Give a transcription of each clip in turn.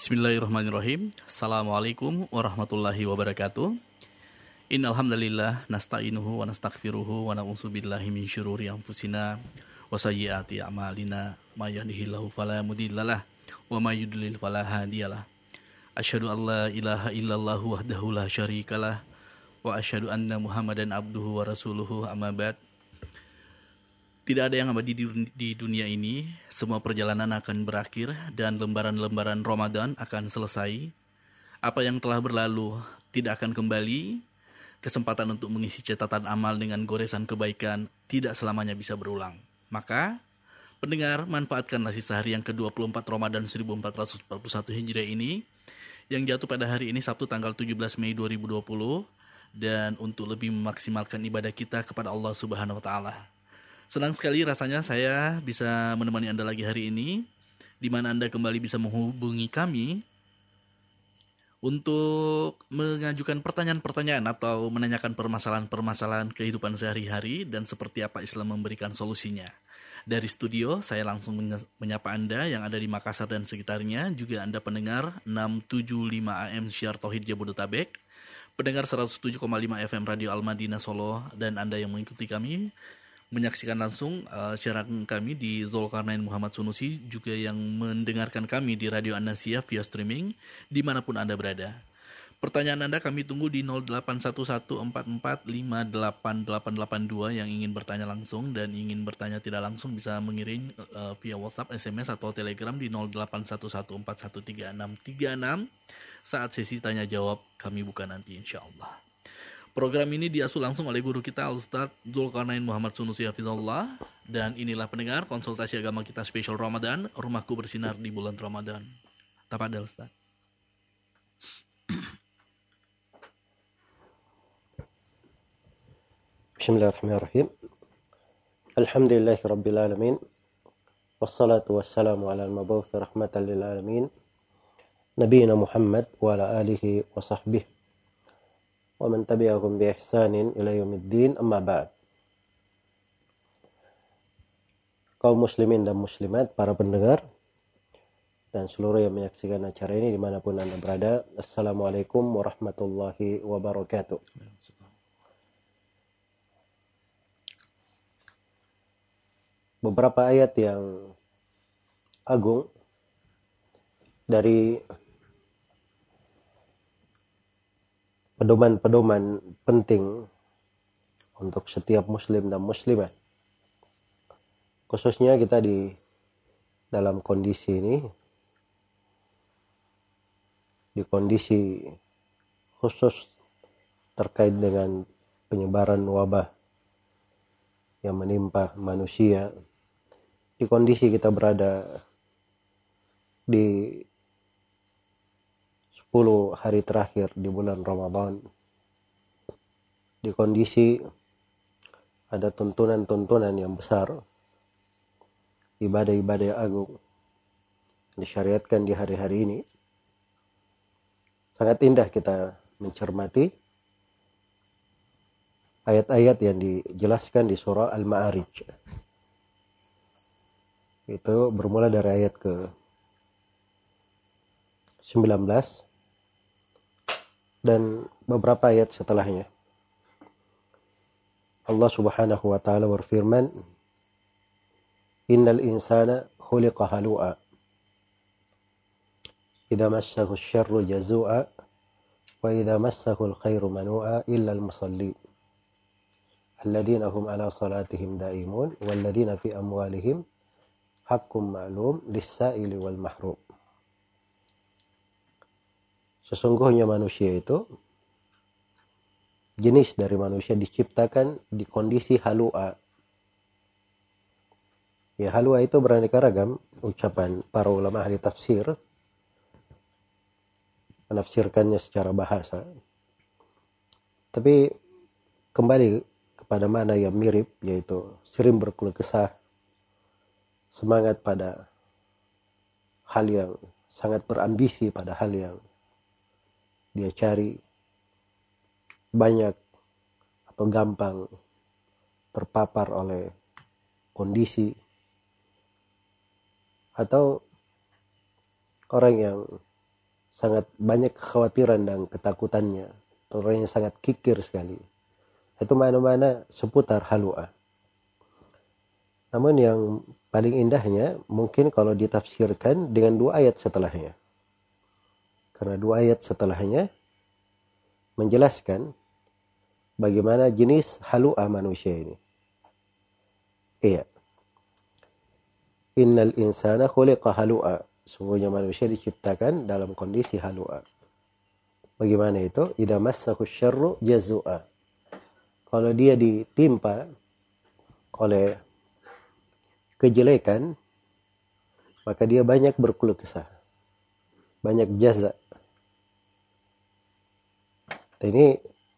Bismillahirrahmanirrahim. Assalamualaikum warahmatullahi wabarakatuh. Innal hamdalillah nasta'inuhu wa nastaghfiruhu wa na'udzu billahi min syururi anfusina wa sayyiati a'malina may yahdihillahu fala mudhillalah wa may yudlil fala hadiyalah. Asyhadu an la ilaha illallah wahdahu la syarikalah wa asyhadu anna Muhammadan abduhu wa rasuluhu amma ba'd. Tidak ada yang abadi di dunia ini, semua perjalanan akan berakhir dan lembaran-lembaran Ramadan akan selesai. Apa yang telah berlalu tidak akan kembali, kesempatan untuk mengisi catatan amal dengan goresan kebaikan tidak selamanya bisa berulang. Maka, pendengar, manfaatkanlah sisa hari yang ke-24 Ramadan 1441 Hijriah ini, yang jatuh pada hari ini Sabtu tanggal 17 Mei 2020, dan untuk lebih memaksimalkan ibadah kita kepada Allah Subhanahu wa Ta'ala. Senang sekali rasanya saya bisa menemani Anda lagi hari ini, di mana Anda kembali bisa menghubungi kami untuk mengajukan pertanyaan-pertanyaan atau menanyakan permasalahan-permasalahan kehidupan sehari-hari dan seperti apa Islam memberikan solusinya. Dari studio, saya langsung menyapa Anda yang ada di Makassar dan sekitarnya, juga Anda pendengar 675 AM Syiar Tauhid Jabodetabek, pendengar 107,5 FM Radio Al-Madinah Solo, dan Anda yang mengikuti kami menyaksikan langsung siaran kami di Zulkarnain Muhammad Sunusi, juga yang mendengarkan kami di Radio An-Nasiyah via streaming dimanapun Anda berada. Pertanyaan Anda kami tunggu di 081144588882 yang ingin bertanya langsung, dan ingin bertanya tidak langsung bisa mengirim via WhatsApp, SMS atau Telegram di 0811413636 saat sesi tanya jawab kami buka nanti insyaallah. Program ini diasuh langsung oleh guru kita Al-Ustadz Zulkarnain Muhammad Sunusi Hafizahullah. Dan inilah pendengar konsultasi agama kita spesial Ramadan, Rumahku Bersinar di bulan Ramadan. Tafadhal Ustadz. Bismillahirrahmanirrahim. Alhamdulillahi rabbil alamin. Wassalatu wassalamu ala al-mab'uts rahmatan lil alamin. Nabiyina Muhammad wa ala alihi wa sahbihi wa man tabi'ahum bi ihsanin ila yaumiddin, amma ba'd. Kaum muslimin dan muslimat, para pendengar dan seluruh yang menyaksikan acara ini dimanapun Anda berada, Assalamualaikum warahmatullahi wabarakatuh. Beberapa ayat yang agung dari pedoman-pedoman penting untuk setiap muslim dan muslimah. Khususnya kita di dalam kondisi ini, di kondisi khusus terkait dengan penyebaran wabah yang menimpa manusia, di kondisi kita berada di 10 hari terakhir di bulan Ramadan, di kondisi ada tuntunan-tuntunan yang besar, ibadah-ibadah yang agung disyariatkan di hari-hari ini. Sangat indah kita mencermati ayat-ayat yang dijelaskan di surah Al-Ma'arij. Itu bermula dari ayat ke 19 dan beberapa ayat setelahnya. Allah Subhanahu wa taala berfirman, "Innal insana khuliqa halu'a. Idza massahu asy-syarru jazu'a wa idza massahu al-khairu manu'a illa al-musallin. Alladzina hum 'ala salatihim da'imun walladzina fi amwalihim haqqun ma'lum lis-sa'ili wal mahrum." Sesungguhnya manusia itu, jenis dari manusia diciptakan di kondisi halu'a. Ya, halu'a itu beraneka ragam. Ucapan para ulama ahli tafsir menafsirkannya secara bahasa. Tapi kembali kepada mana yang mirip, yaitu sering berkeluh kesah, semangat pada hal yang sangat berambisi, pada hal yang dia cari, banyak atau gampang terpapar oleh kondisi, atau orang yang sangat banyak kekhawatiran dan ketakutannya, orang yang sangat kikir sekali. Itu mana-mana seputar halu'a. Namun yang paling indahnya mungkin kalau ditafsirkan dengan 2 ayat setelahnya. Karena 2 ayat setelahnya menjelaskan bagaimana jenis halu'a manusia ini. Iya. Innal insana khuliqa halu'a. Sungguhnya manusia diciptakan dalam kondisi halu'a. Bagaimana itu? Idza massahu syarru jazu'a. Kalau dia ditimpa oleh kejelekan, maka dia banyak berkeluh kesah. Banyak jaza. Ini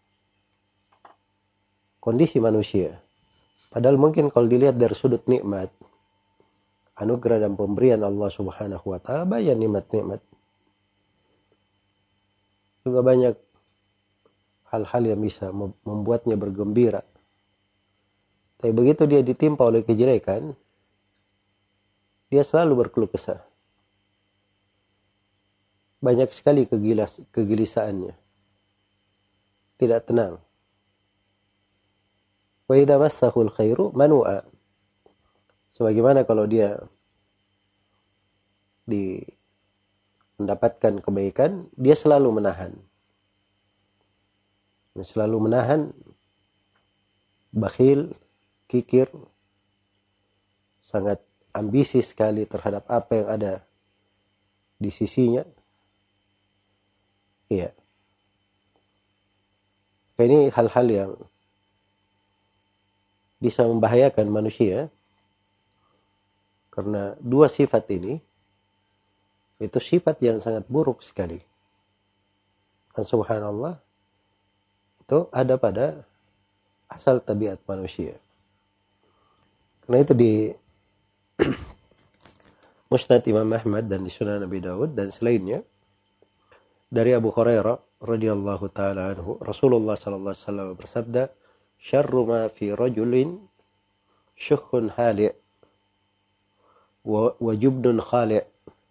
kondisi manusia. Padahal mungkin kalau dilihat dari sudut nikmat, anugerah dan pemberian Allah Subhanahu wa taala, banyak nikmat-nikmat. Juga banyak hal-hal yang bisa membuatnya bergembira. Tapi begitu dia ditimpa oleh kejelekan, dia selalu berkeluh kesah. Banyak sekali kegelisaannya. Tidak tenang. Wa idza massahul khairu manu'a. Sebagaimana kalau dia mendapatkan kebaikan, dia selalu menahan. Selalu menahan, bakhil, kikir, sangat ambisi sekali terhadap apa yang ada di sisinya. Iya. Ini hal-hal yang bisa membahayakan manusia. Karena 2 sifat ini, itu sifat yang sangat buruk sekali. Dan subhanallah, itu ada pada asal tabiat manusia. Karena itu di Musnad Imam Ahmad dan di Sunan Abi Dawud dan selainnya, dari Abu Hurairah radhiyallahu taala anhu, Rasulullah sallallahu alaihi wasallam bersabda, "Syarru ma fi rajulin syukhun hali' wa jubnun khali'."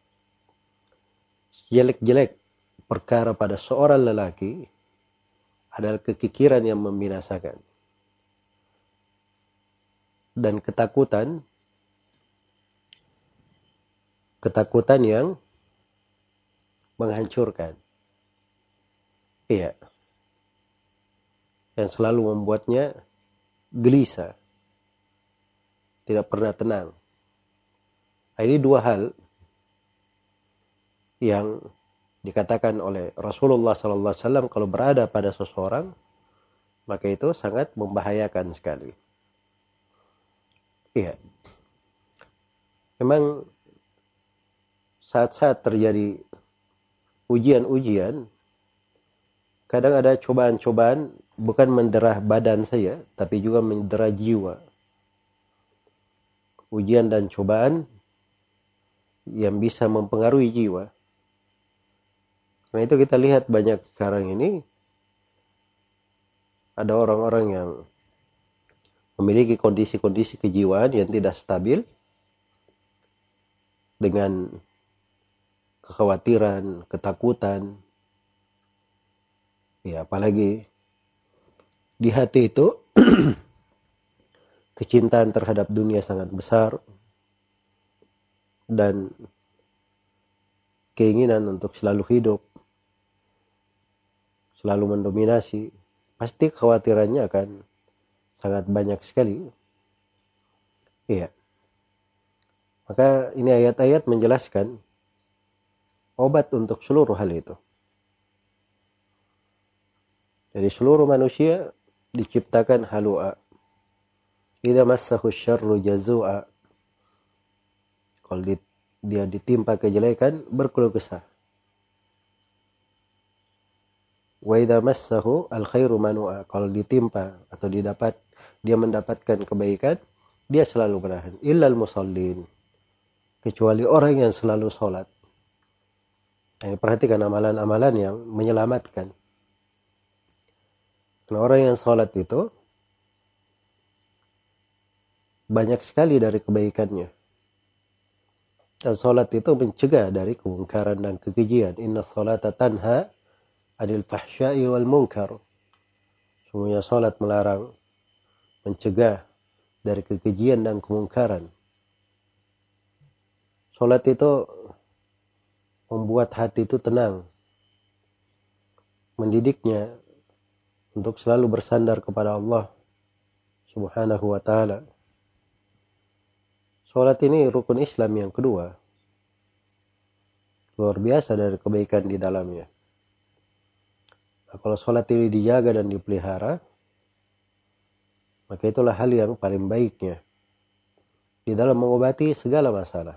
Jelek-jelek perkara pada seorang lelaki adalah kekikiran yang membinasakan dan ketakutan yang menghancurkan. Iya. Yang selalu membuatnya gelisah. Tidak pernah tenang. Ini 2 hal yang dikatakan oleh Rasulullah sallallahu alaihi wasallam kalau berada pada seseorang, maka itu sangat membahayakan sekali. Iya. Memang saat-saat terjadi ujian-ujian, kadang ada cobaan-cobaan bukan menderah badan saja, tapi juga menderah jiwa. Ujian dan cobaan yang bisa mempengaruhi jiwa. Karena itu kita lihat banyak sekarang ini, ada orang-orang yang memiliki kondisi-kondisi kejiwaan yang tidak stabil, dengan kekhawatiran, ketakutan. Ya, apalagi di hati itu kecintaan terhadap dunia sangat besar dan keinginan untuk selalu hidup, selalu mendominasi. Pasti kekhawatirannya akan sangat banyak sekali. Iya. Maka ini ayat-ayat menjelaskan obat untuk seluruh hal itu. Jadi seluruh manusia diciptakan halu'a. Idza massahu syarru jazu'a. Kalau dia ditimpa kejelekan, berkeluh kesah. Wa idza massahu al-khairu manu'a. Kalau ditimpa atau dia mendapatkan kebaikan, dia selalu menahan. Illal musallin. Kecuali orang yang selalu sholat. Perhatikan amalan-amalan yang menyelamatkan. Karena orang yang sholat itu banyak sekali dari kebaikannya. Dan sholat itu mencegah dari kemungkaran dan kekejian. Inna sholata tanha anil fahsya'i wal munkar. Sungguhnya sholat melarang, mencegah dari kekejian dan kemungkaran. Sholat itu membuat hati itu tenang, mendidiknya untuk selalu bersandar kepada Allah Subhanahu wa ta'ala. Sholat ini rukun Islam yang kedua. Luar biasa dari kebaikan di dalamnya. Nah, kalau sholat ini dijaga dan dipelihara, maka itulah hal yang paling baiknya di dalam mengobati segala masalah.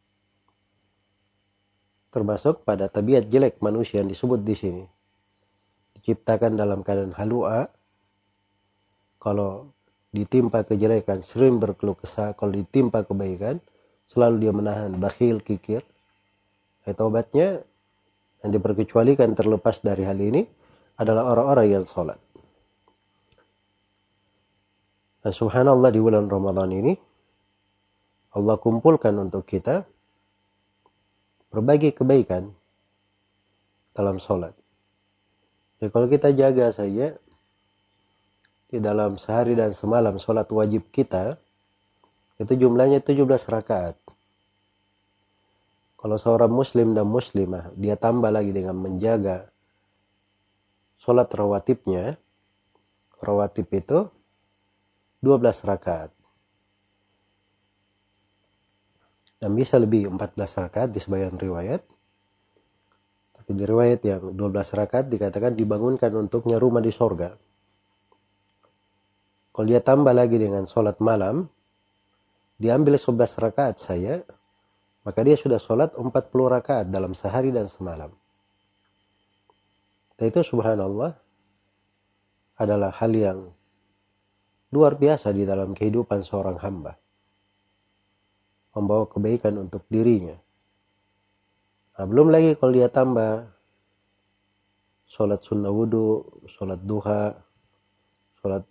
Termasuk pada tabiat jelek manusia yang disebut di sini. Diciptakan dalam keadaan halua. Kalau ditimpa kejelekan sering berkeluh kesah, kalau ditimpa kebaikan selalu dia menahan, bakhil, kikir. Obatnya yang diperkecualikan terlepas dari hal ini adalah orang-orang yang sholat. Dan subhanallah, di bulan Ramadan ini Allah kumpulkan untuk kita berbagai kebaikan dalam sholat. Ya, kalau kita jaga saja di dalam sehari dan semalam sholat wajib kita, itu jumlahnya 17 rakaat. Kalau seorang muslim dan muslimah, dia tambah lagi dengan menjaga sholat rawatibnya, rawatib itu 12 rakaat. Dan bisa lebih 14 rakaat di sebagian riwayat. Tapi di riwayat yang 12 rakaat dikatakan dibangunkan untuknya rumah di sorga. Kalau dia tambah lagi dengan sholat malam, diambil 11 rakaat saya, maka dia sudah sholat 40 rakaat dalam sehari dan semalam. Dan itu subhanallah adalah hal yang luar biasa di dalam kehidupan seorang hamba. Membawa kebaikan untuk dirinya. Nah, belum lagi kalau dia tambah sholat sunnah wudu, sholat duha, sholat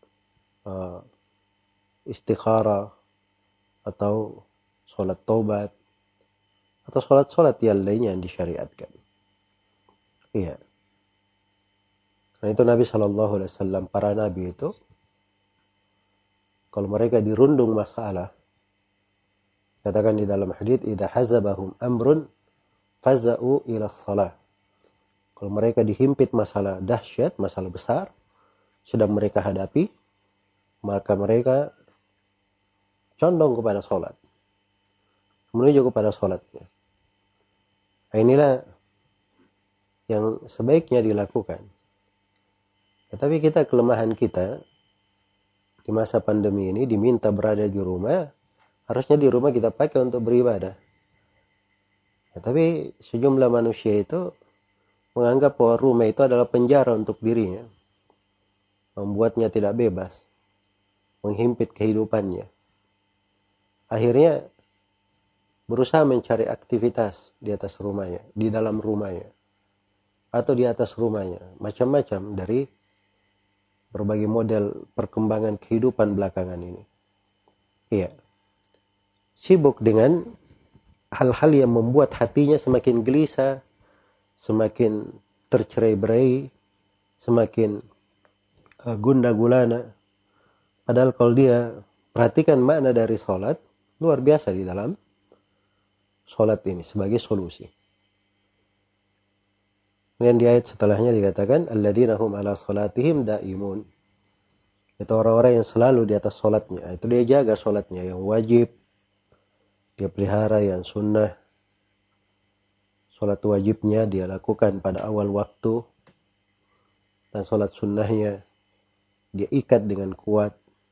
istikharah, atau sholat taubat, atau sholat-sholat yang lainnya yang disyariatkan. Iya. Karena itu Nabi SAW, para nabi itu, kalau mereka dirundung masalah, katakan di dalam hadits, idza hazabahum amrun faza'u ila shalah. Kalau mereka dihimpit masalah dahsyat, masalah besar sedang mereka hadapi, maka mereka condong kepada sholat, menuju kepada sholatnya. Nah, inilah yang sebaiknya dilakukan. Ya, tapi kita, kelemahan kita di masa pandemi ini, diminta berada di rumah. Harusnya di rumah kita pakai untuk beribadah. Ya, tapi sejumlah manusia itu menganggap bahwa rumah itu adalah penjara untuk dirinya, membuatnya tidak bebas, menghimpit kehidupannya. Akhirnya berusaha mencari aktivitas di atas rumahnya, di dalam rumahnya, atau di atas rumahnya. Macam-macam dari berbagai model perkembangan kehidupan belakangan ini. Iya. Sibuk dengan hal-hal yang membuat hatinya semakin gelisah, semakin tercerai-berai, semakin gundah gulana. Padahal kalau dia perhatikan makna dari sholat, luar biasa di dalam sholat ini sebagai solusi. Kemudian di ayat setelahnya dikatakan, alladzina hum ala sholatihim daimun. Itu orang-orang yang selalu di atas sholatnya. Itu dia jaga sholatnya yang wajib, dia pelihara yang sunnah. Sholat wajibnya dia lakukan pada awal waktu, dan sholat sunnahnya dia ikat dengan kuat.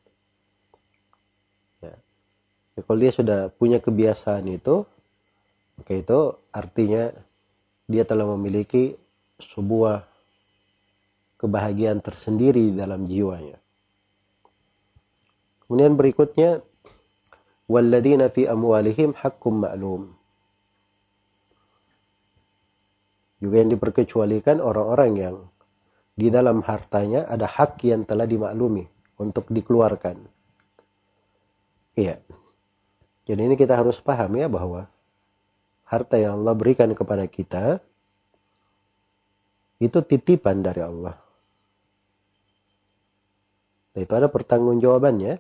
Ya. Kalau dia sudah punya kebiasaan itu, maka itu artinya dia telah memiliki sebuah kebahagiaan tersendiri dalam jiwanya. Kemudian berikutnya, walladzina fi amwalihim haqqum ma'lum. Juga yang diperkecualikan orang-orang yang di dalam hartanya ada hak yang telah dimaklumi untuk dikeluarkan. Iya. Jadi ini kita harus paham ya, bahwa harta yang Allah berikan kepada kita itu titipan dari Allah. Nah, itu ada pertanggungjawabannya.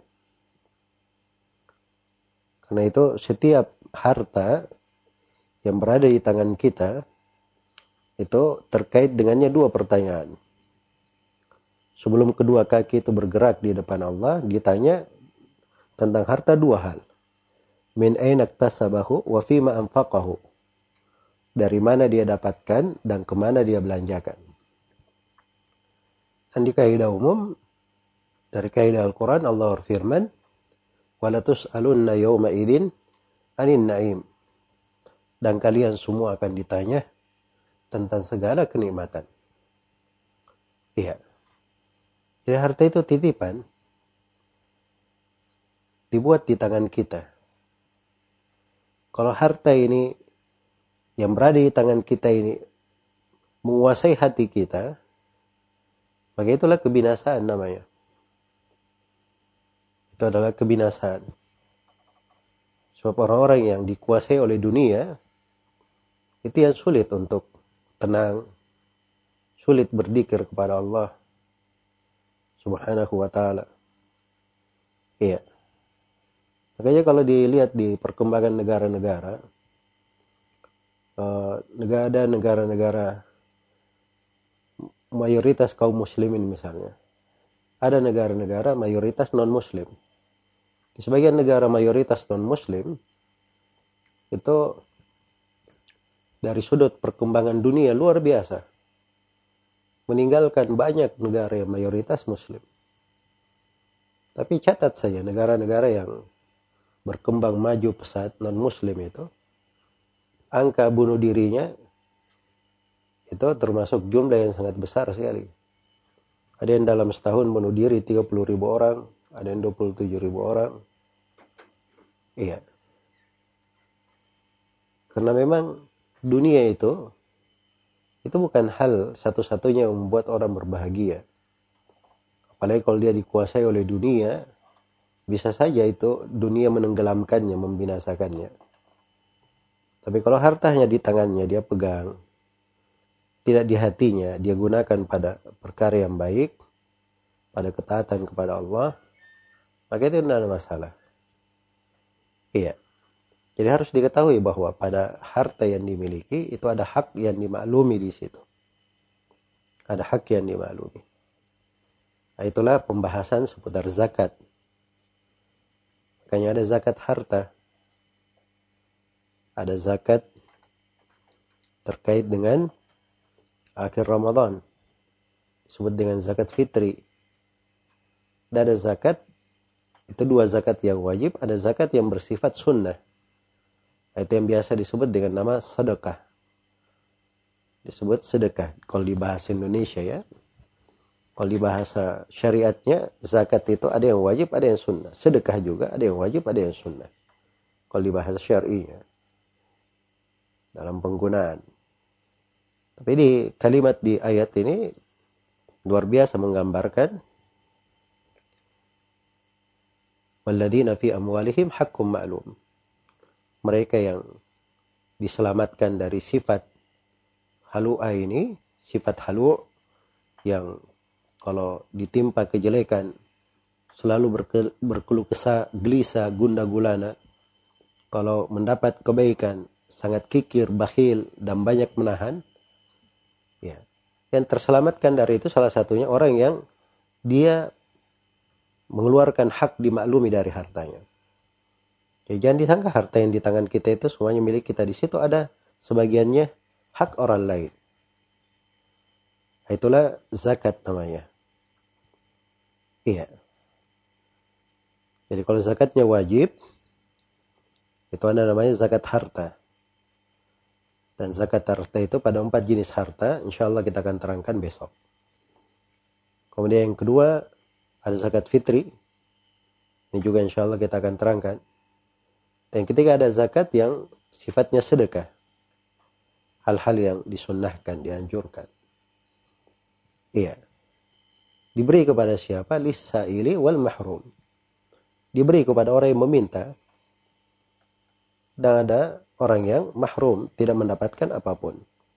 Karena itu setiap harta yang berada di tangan kita itu terkait dengannya dua pertanyaan. Sebelum kedua kaki itu bergerak di depan Allah, ditanya tentang harta dua hal. Min aina iktasabahu wa fima anfaqahu. Dari mana dia dapatkan dan kemana dia belanjakan. Dan di kaidah umum, dari kaidah Al-Quran, Allah berfirman, وَلَا تُسْأَلُنَّ يَوْمَئِذٍ عَنِ النَّعِيمِ. Dan kalian semua akan ditanya tentang segala kenikmatan. Iya. Jadi harta itu titipan, dibuat di tangan kita. Kalau harta ini yang berada di tangan kita ini menguasai hati kita, maka itulah kebinasaan namanya. Itu adalah kebinasaan. Sebab orang-orang yang dikuasai oleh dunia, itu yang sulit untuk tenang, sulit berzikir kepada Allah Subhanahu wa ta'ala. Iya. Makanya kalau dilihat di perkembangan negara-negara, ada negara-negara mayoritas kaum muslimin misalnya. Ada negara-negara mayoritas non-muslim. Di sebagian negara mayoritas non-muslim, itu dari sudut perkembangan dunia luar biasa. Meninggalkan banyak negara yang mayoritas muslim. Tapi catat saja negara-negara yang berkembang maju pesat non-muslim itu, angka bunuh dirinya itu termasuk jumlah yang sangat besar sekali. Ada yang dalam setahun bunuh diri 30.000 orang, ada yang 27.000 orang. Iya. Karena memang dunia itu bukan hal satu-satunya yang membuat orang berbahagia. Apalagi kalau dia dikuasai oleh dunia, bisa saja itu dunia menenggelamkannya, membinasakannya. Tapi kalau hartanya di tangannya, dia pegang, tidak di hatinya, dia gunakan pada perkara yang baik, pada ketaatan kepada Allah, maka itu tidak ada masalah. Iya. Jadi harus diketahui bahwa pada harta yang dimiliki itu ada hak yang dimaklumi di situ. Ada hak yang dimaklumi. Nah, itulah pembahasan seputar zakat. Makanya ada zakat harta. Ada zakat terkait dengan akhir Ramadan. Disebut dengan zakat fitri. Dan ada zakat, itu dua zakat yang wajib. Ada zakat yang bersifat sunnah. Itu yang biasa disebut dengan nama sedekah. Disebut sedekah. Kalau di bahasa Indonesia ya. Kalau di bahasa syariatnya, zakat itu ada yang wajib, ada yang sunnah. Sedekah juga ada yang wajib, ada yang sunnah. Kalau di bahasa syar'inya. Dalam penggunaan. Tapi di kalimat di ayat ini luar biasa menggambarkan walladzina fi amwalihim haqqum ma'lum. Mereka yang diselamatkan dari sifat halu'ah ini, sifat halu' yang kalau ditimpa kejelekan selalu berkeluh kesah, gelisah, gundah gulana. Kalau mendapat kebaikan sangat kikir, bakhil, dan banyak menahan. Ya. Yang terselamatkan dari itu salah satunya orang yang dia mengeluarkan hak dimaklumi dari hartanya. Ya, jangan disangka harta yang di tangan kita itu semuanya milik kita. Di situ ada sebagiannya hak orang lain. Itulah zakat namanya. Iya. Jadi kalau zakatnya wajib, itu ada namanya zakat harta. Dan zakat harta itu pada 4 jenis harta. Insya Allah kita akan terangkan besok. Kemudian yang kedua, ada zakat fitri. Ini juga insya Allah kita akan terangkan. Dan ketika ada zakat yang sifatnya sedekah. Hal-hal yang disunnahkan, dianjurkan. Iya. Diberi kepada siapa? Lis-sa'ili wal mahrum. Diberi kepada orang yang meminta. Dan ada orang yang mahrum, tidak mendapatkan apapun.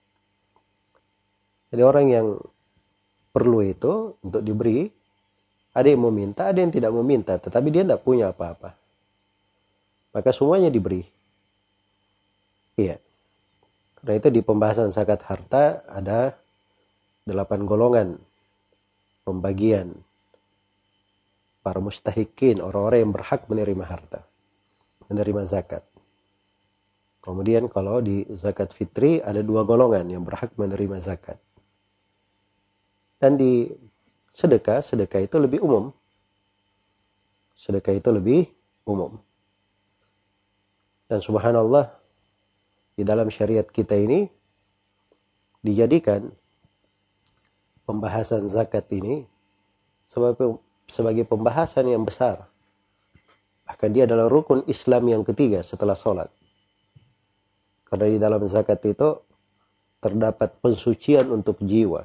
Jadi orang yang perlu itu untuk diberi, ada yang meminta, ada yang tidak meminta, tetapi dia tidak punya apa-apa. Maka semuanya diberi. Iya. Karena itu di pembahasan zakat harta ada 8 golongan pembagian para mustahikin, orang-orang yang berhak menerima harta, menerima zakat. Kemudian kalau di zakat fitri ada 2 golongan yang berhak menerima zakat. Dan di sedekah itu lebih umum. Sedekah itu lebih umum. Dan subhanallah, di dalam syariat kita ini dijadikan pembahasan zakat ini sebagai pembahasan yang besar. Bahkan dia adalah rukun Islam yang ketiga setelah sholat. Karena di dalam zakat itu terdapat pensucian untuk jiwa.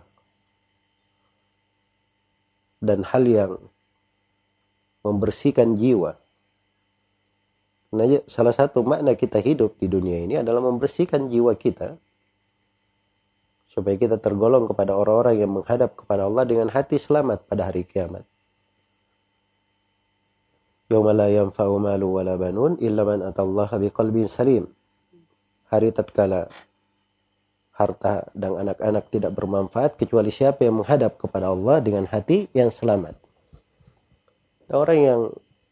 Dan hal yang membersihkan jiwa. Nah, salah satu makna kita hidup di dunia ini adalah membersihkan jiwa kita. Supaya kita tergolong kepada orang-orang yang menghadap kepada Allah dengan hati selamat pada hari kiamat. Yauma la yanfa'u malu wala banun illa man atallaha biqalbin salim. Hari tatkala harta dan anak-anak tidak bermanfaat kecuali siapa yang menghadap kepada Allah dengan hati yang selamat. Orang yang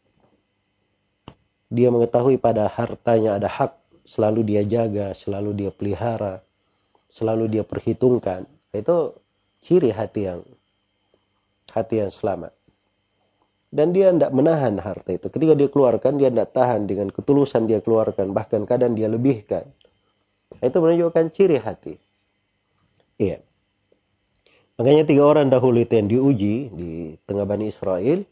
dia mengetahui pada hartanya ada hak, selalu dia jaga, selalu dia pelihara, selalu dia perhitungkan, itu ciri hati yang selamat. Dan dia tidak menahan harta itu. Ketika dia keluarkan, dia tidak tahan, dengan ketulusan dia keluarkan, bahkan kadang dia lebihkan. Itu menunjukkan ciri hati. Iya. Makanya 3 orang dahulu itu yang diuji di tengah Bani Israel,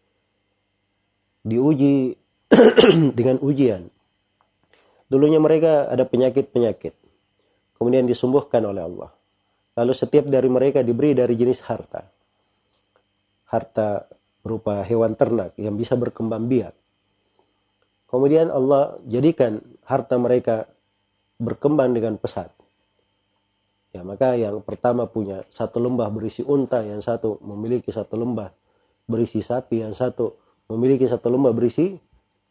diuji dengan ujian. Dulunya mereka ada penyakit-penyakit. Kemudian disembuhkan oleh Allah. Lalu setiap dari mereka diberi dari jenis harta. Harta berupa hewan ternak yang bisa berkembang biak. Kemudian Allah jadikan harta mereka berkembang dengan pesat. Ya, maka yang pertama punya 1 lembah berisi unta, yang satu memiliki 1 lembah berisi sapi, yang satu memiliki 1 lembah berisi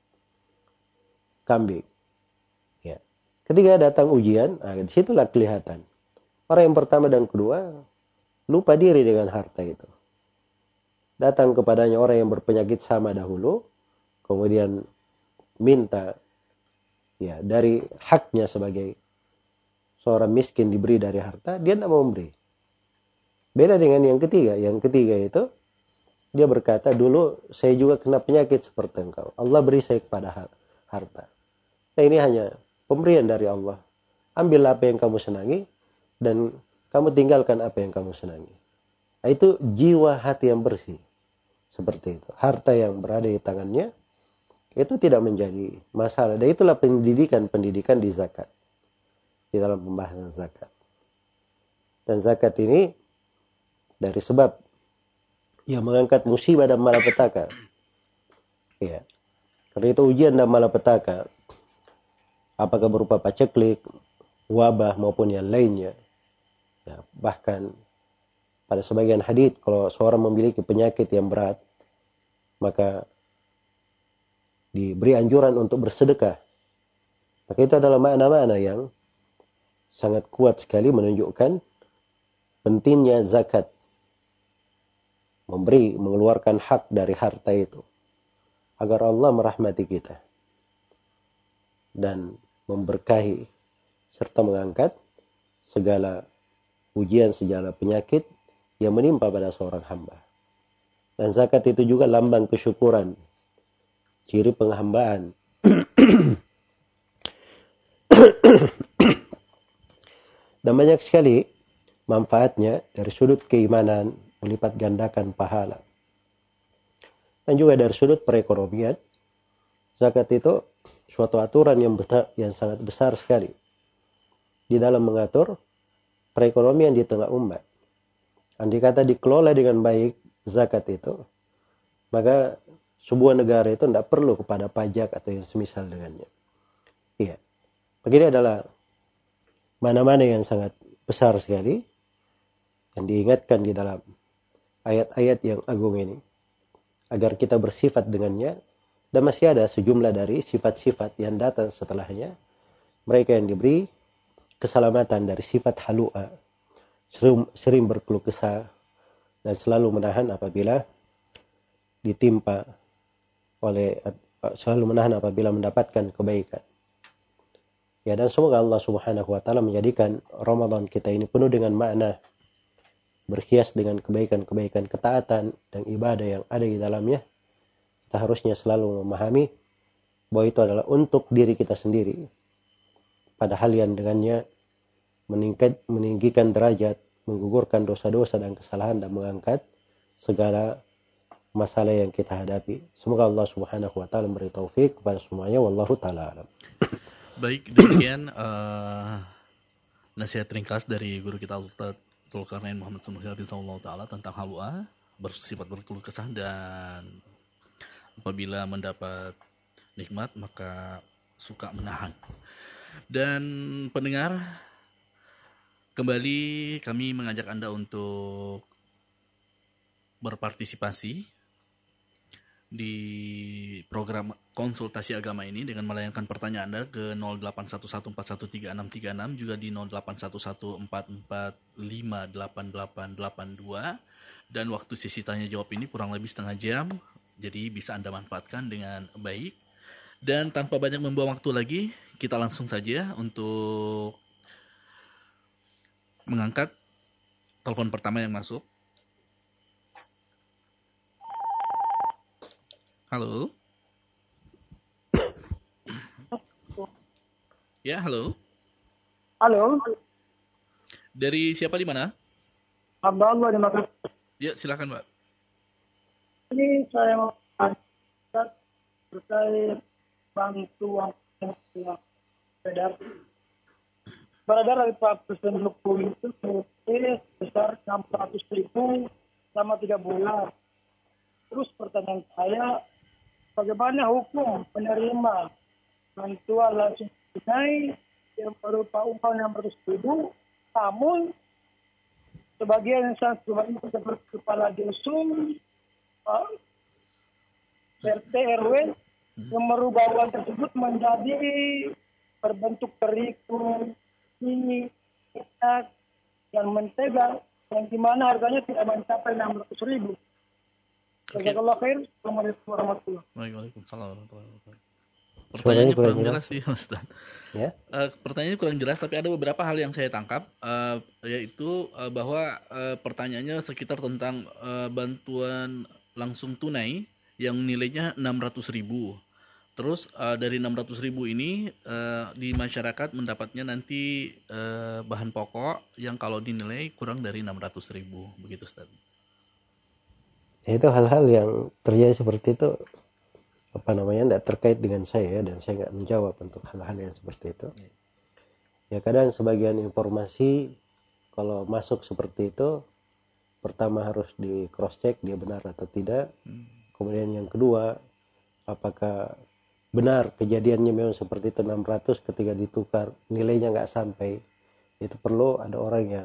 kambing. Ya. Ketika datang ujian, disitulah kelihatan. Orang yang pertama dan kedua lupa diri dengan harta itu. Datang kepadanya orang yang berpenyakit sama dahulu, kemudian minta ya dari haknya sebagai seorang miskin diberi dari harta, dia tidak mau memberi. Beda dengan yang ketiga. Yang ketiga itu dia berkata, dulu saya juga kena penyakit seperti engkau. Allah beri saya kepada harta. Nah, ini hanya pemberian dari Allah. Ambillah apa yang kamu senangi dan kamu tinggalkan apa yang kamu senangi. Nah, itu jiwa hati yang bersih. Seperti itu. Harta yang berada di tangannya itu tidak menjadi masalah. Dan itulah pendidikan di zakat. Di dalam pembahasan zakat. Dan zakat ini dari sebab yang mengangkat musibah dan malapetaka. Ya. Karena itu ujian dan malapetaka, apakah berupa paceklik, wabah maupun yang lainnya. Ya, bahkan pada sebagian hadits, kalau seorang memiliki penyakit yang berat, maka diberi anjuran untuk bersedekah. Maka itu adalah makna-makna yang sangat kuat sekali menunjukkan pentingnya zakat. Memberi, mengeluarkan hak dari harta itu. Agar Allah merahmati kita. Dan memberkahi serta mengangkat segala ujian, segala penyakit yang menimpa pada seorang hamba. Dan zakat itu juga lambang kesyukuran, ciri penghambaan. Dan banyak sekali manfaatnya dari sudut keimanan, melipat gandakan pahala. Dan juga dari sudut perekonomian, zakat itu suatu aturan yang sangat besar sekali di dalam mengatur perekonomian di tengah umat. Andai kata dikelola dengan baik zakat itu, maka sebuah negara itu tidak perlu kepada pajak atau yang semisal dengannya. Iya. Maka ini adalah mana-mana yang sangat besar sekali yang diingatkan di dalam ayat-ayat yang agung ini agar kita bersifat dengannya. Dan masih ada sejumlah dari sifat-sifat yang datang setelahnya, mereka yang diberi keselamatan dari sifat halu'a, sering berkeluh kesah dan selalu menahan apabila ditimpa oleh, selalu menahan apabila mendapatkan kebaikan. Ya, dan semoga Allah Subhanahu wa taala menjadikan Ramadan kita ini penuh dengan makna, berhias dengan kebaikan-kebaikan, ketaatan dan ibadah yang ada di dalamnya. Kita harusnya selalu memahami bahwa itu adalah untuk diri kita sendiri. Padahal yang dengannya meninggikan derajat, menggugurkan dosa-dosa dan kesalahan dan mengangkat segala masalah yang kita hadapi. Semoga Allah Subhanahu wa taala memberi taufik kepada semuanya. Wallahu taala alam. Baik, demikian nasihat ringkas dari guru kita Ustaz Dzulkarnain Muhammad Sunusi Hafizahullah taala tentang halu'a, bersifat berkeluh kesah, dan apabila mendapat nikmat maka suka menahan. Dan pendengar, kembali kami mengajak Anda untuk berpartisipasi di program konsultasi agama ini dengan melayangkan pertanyaan Anda ke 0811413636, juga di 081144588882, dan waktu sesi tanya jawab ini kurang lebih setengah jam, jadi bisa Anda manfaatkan dengan baik. Dan tanpa banyak membuang waktu lagi, kita langsung saja untuk mengangkat telepon pertama yang masuk. Halo. Ya, halo. Halo. Dari siapa, di mana? Hamba Allah di Makassar. Ya, silakan, Pak. Ini saya mau terkait bantuan yang beredar dari Pak Presiden Jokowi itu sebesar 600.000 selama 3 bulan. Terus pertanyaan saya, bagaimana hukum penerima bantuan langsung tunai yang berupa upah 600.000, namun sebagian instansi pemerintah seperti kepala dusun, RT RW yang merubah uang tersebut menjadi berbentuk terigu, ini, minyak, dan mentega, yang dimana harganya tidak mencapai 600.000. Jazakallah khair. Assalamualaikum warahmatullahi wabarakatuh. Waalaikumsalam warahmatullahi wabarakatuh. Pertanyaannya kurang jelas sih, Ustaz. Ya. Pertanyaannya kurang jelas, tapi ada beberapa hal yang saya tangkap, yaitu bahwa pertanyaannya sekitar tentang bantuan langsung tunai yang nilainya 600.000. Terus dari 600.000 ini di masyarakat mendapatnya nanti bahan pokok yang kalau dinilai kurang dari 600.000, begitu, Ustaz. Itu hal-hal yang terjadi seperti itu, tidak terkait dengan saya, dan saya nggak menjawab untuk hal-hal yang seperti itu. Ya, kadang sebagian informasi kalau masuk seperti itu, pertama harus di cross check dia benar atau tidak. Kemudian yang kedua, apakah benar kejadiannya memang seperti itu 600, ketika ditukar nilainya nggak sampai. Itu perlu ada orang yang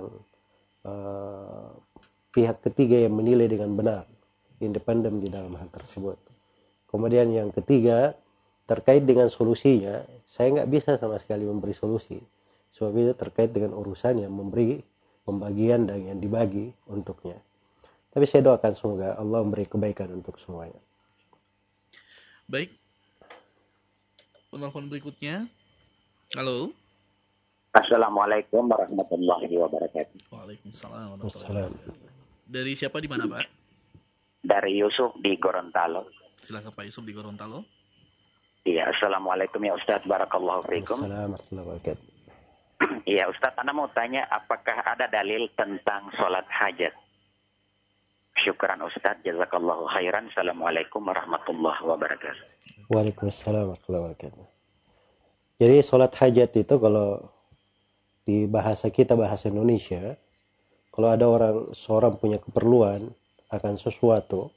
pihak ketiga yang menilai dengan benar, independen di dalam hal tersebut. Kemudian yang ketiga, terkait dengan solusinya, saya nggak bisa sama sekali memberi solusi, sebab itu terkait dengan urusan yang memberi pembagian dan yang dibagi untuknya. Tapi saya doakan semoga Allah memberi kebaikan untuk semuanya. Baik. Penelpon berikutnya. Halo. Assalamualaikum warahmatullahi wabarakatuh. Waalaikumsalam warahmatullahi wabarakatuh. Dari siapa, di mana, Pak? Dari Yusuf di Gorontalo. Silakan Pak Yusuf di Gorontalo. Iya, assalamualaikum ya Ustadz, barakallahu fiikum. Assalamualaikum warahmatullahi wabarakatuh. Iya Ustadz, Anda mau tanya apakah ada dalil tentang sholat hajat? Syukran Ustadz, jazakallahu khairan. Assalamualaikum warahmatullahi wabarakatuh. Waalaikumsalam warahmatullahi wabarakatuh. Jadi sholat hajat itu kalau di bahasa kita, bahasa Indonesia, kalau ada seorang punya keperluan akan sesuatu,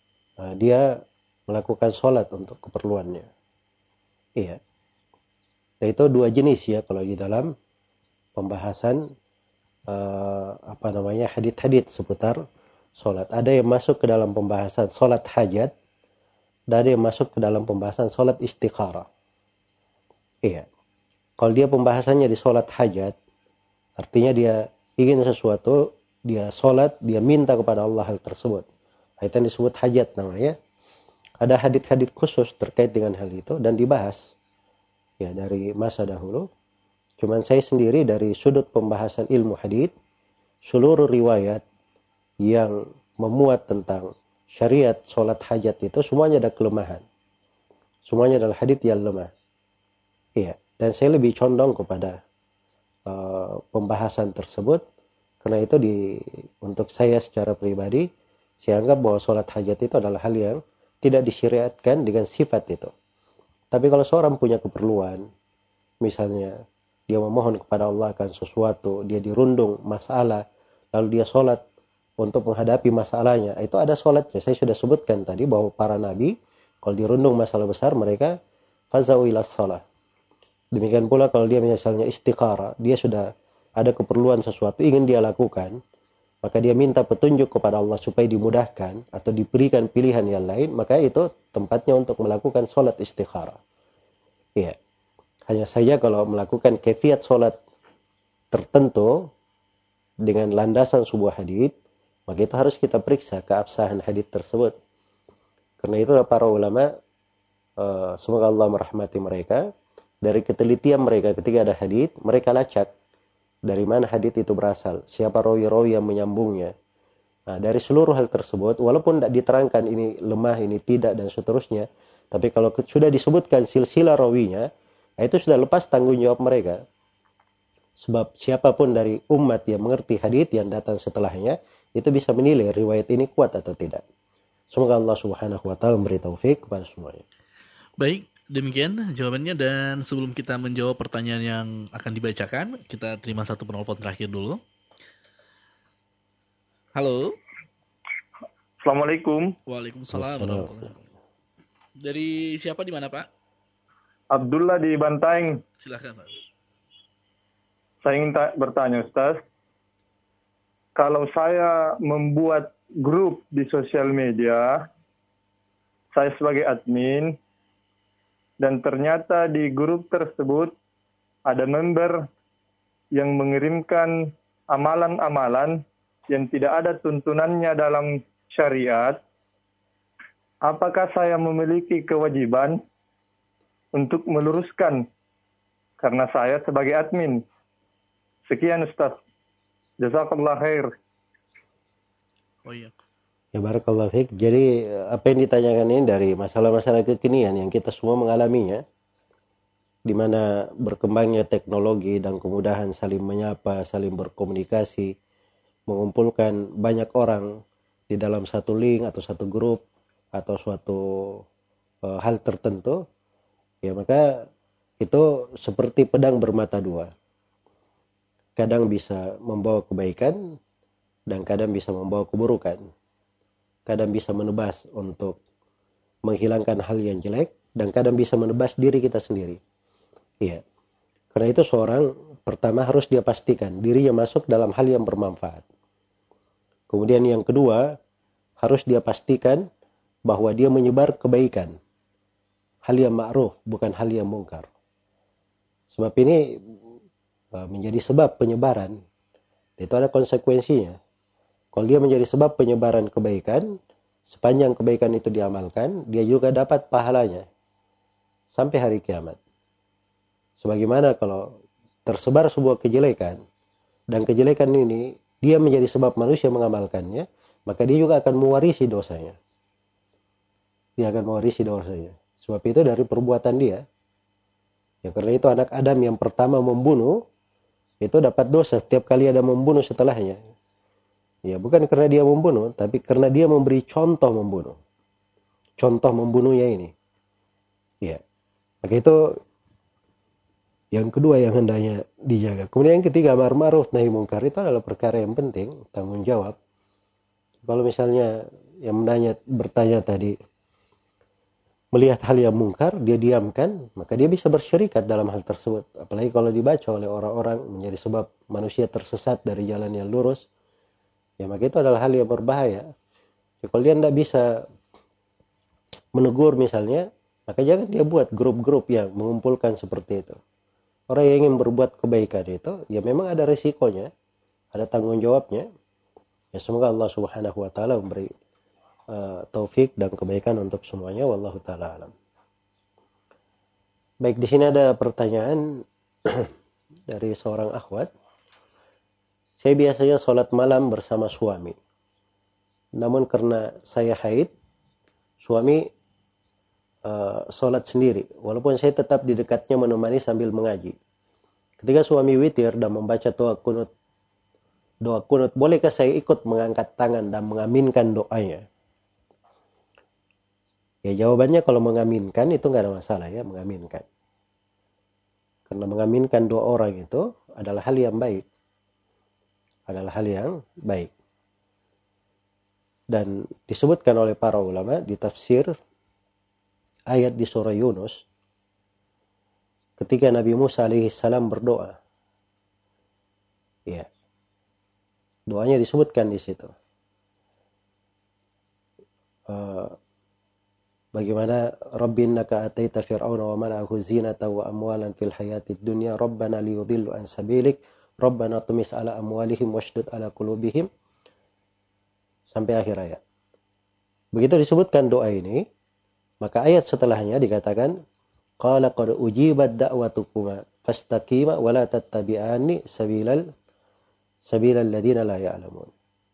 dia melakukan sholat untuk keperluannya. Iya. Dan itu dua jenis ya kalau di dalam pembahasan hadits seputar sholat. Ada yang masuk ke dalam pembahasan sholat hajat, dan ada yang masuk ke dalam pembahasan sholat istikharah. Iya. Kalau dia pembahasannya di sholat hajat, artinya dia ingin sesuatu, dia sholat, dia minta kepada Allah hal tersebut. Itu yang disebut hajat namanya. Ada hadits-hadits khusus terkait dengan hal itu dan dibahas ya dari masa dahulu. Cuman saya sendiri dari sudut pembahasan ilmu hadits, seluruh riwayat yang memuat tentang syariat sholat hajat itu semuanya ada kelemahan. Semuanya adalah hadits yang lemah. Iya, dan saya lebih condong kepada pembahasan tersebut karena itu untuk saya secara pribadi saya anggap bahwa sholat hajat itu adalah hal yang tidak disyariatkan dengan sifat itu. Tapi kalau seorang punya keperluan, misalnya dia memohon kepada Allah akan sesuatu, dia dirundung masalah, lalu dia sholat untuk menghadapi masalahnya, itu ada sholatnya. Saya sudah sebutkan tadi bahwa para nabi, kalau dirundung masalah besar, mereka fazau ilas sholat. Demikian pula kalau dia misalnya istikharah, dia sudah ada keperluan sesuatu, ingin dia lakukan, maka dia minta petunjuk kepada Allah supaya dimudahkan atau diberikan pilihan yang lain, maka itu tempatnya untuk melakukan sholat istikharah. Iya. Hanya saja kalau melakukan kefiat sholat tertentu dengan landasan sebuah hadits, maka itu harus kita periksa keabsahan hadits tersebut. Karena itu para ulama, semoga Allah merahmati mereka, dari ketelitian mereka ketika ada hadits, mereka lacak dari mana hadits itu berasal, siapa rawi-rawi yang menyambungnya. Nah, dari seluruh hal tersebut, walaupun tidak diterangkan ini lemah, ini tidak, dan seterusnya, tapi kalau sudah disebutkan silsilah rawinya, itu sudah lepas tanggung jawab mereka. Sebab siapapun dari umat yang mengerti hadits yang datang setelahnya, itu bisa menilai riwayat ini kuat atau tidak. Semoga Allah Subhanahu wa taala memberi taufik kepada semuanya. Baik, demikian jawabannya, dan sebelum kita menjawab pertanyaan yang akan dibacakan, kita terima satu penelpon terakhir dulu. Halo. Assalamualaikum. Waalaikumsalam warahmatullahi wabarakatuh. Dari siapa, di mana, Pak? Abdullah di Bantaeng. Silakan, Pak. Saya ingin bertanya, Ustaz. Kalau saya membuat grup di sosial media, saya sebagai admin, dan ternyata di grup tersebut ada member yang mengirimkan amalan-amalan yang tidak ada tuntunannya dalam syariat, apakah saya memiliki kewajiban untuk meluruskan karena saya sebagai admin? Sekian, Ustaz. Jazakallah khair. Oh iya. Ya barakallahu fiik. Jadi apa yang ditanyakan ini dari masalah-masalah kekinian yang kita semua mengalaminya, di mana berkembangnya teknologi dan kemudahan saling menyapa, saling berkomunikasi, mengumpulkan banyak orang di dalam satu link atau satu grup atau suatu hal tertentu, ya maka itu seperti pedang bermata dua. Kadang bisa membawa kebaikan dan kadang bisa membawa keburukan. Kadang bisa menebas untuk menghilangkan hal yang jelek dan kadang bisa menebas diri kita sendiri. Iya. Karena itu seorang pertama harus dia pastikan dirinya masuk dalam hal yang bermanfaat. Kemudian yang kedua, harus dia pastikan bahwa dia menyebar kebaikan. Hal yang ma'ruf, bukan hal yang mungkar. Sebab ini menjadi sebab penyebaran. Itu ada konsekuensinya. Kalau dia menjadi sebab penyebaran kebaikan, sepanjang kebaikan itu diamalkan, dia juga dapat pahalanya sampai hari kiamat. Sebagaimana kalau tersebar sebuah kejelekan, dan kejelekan ini dia menjadi sebab manusia mengamalkannya, maka dia juga akan mewarisi dosanya. Dia akan mewarisi dosanya. Sebab itu dari perbuatan dia. Ya karena itu anak Adam yang pertama membunuh, itu dapat dosa setiap kali ada membunuh setelahnya. Ya bukan karena dia membunuh, tapi karena dia memberi contoh membunuh. Contoh membunuhnya ini. Ya. Maka itu yang kedua yang hendaknya dijaga. Kemudian yang ketiga, amar ma'ruf nahi mungkar itu adalah perkara yang penting, tanggung jawab. Kalau misalnya yang bertanya tadi, melihat hal yang mungkar, dia diamkan, maka dia bisa bersyirikat dalam hal tersebut. Apalagi kalau dibaca oleh orang-orang menjadi sebab manusia tersesat dari jalan yang lurus, ya maka itu adalah hal yang berbahaya. Ya, kalau dia tidak bisa menegur misalnya, maka jangan dia buat grup-grup yang mengumpulkan seperti itu. Orang yang ingin berbuat kebaikan itu, ya memang ada resikonya, ada tanggung jawabnya. Ya semoga Allah Subhanahu wa taala memberi taufik dan kebaikan untuk semuanya. Wallahu taala alam. Baik, di sini ada pertanyaan dari seorang akhwat. Saya biasanya sholat malam bersama suami. Namun karena saya haid, suami sholat sendiri. Walaupun saya tetap di dekatnya menemani sambil mengaji. Ketika suami witir dan membaca doa kunut, bolehkah saya ikut mengangkat tangan dan mengaminkan doanya? Ya jawabannya kalau mengaminkan itu nggak ada masalah ya, mengaminkan. Karena mengaminkan doa orang itu adalah hal yang baik. Adalah hal yang baik. Dan disebutkan oleh para ulama di tafsir ayat di surah Yunus ketika Nabi Musa alaihissalam berdoa. Ya. Doanya disebutkan di situ. Bagaimana Rabbi innaka ataita fir'auna wa mala'ahu zinata wa amwalan fil hayatid dunya rabbana liyudhillu an sabilik rabbana tumis ala amwalihim washdud ala qulubihim sampai akhir ayat. Begitu disebutkan doa ini, maka ayat setelahnya dikatakan qala qad ujibat da'watukuma fastaqima wa la tattabi'ani sabilal ladzina la ya'lamun.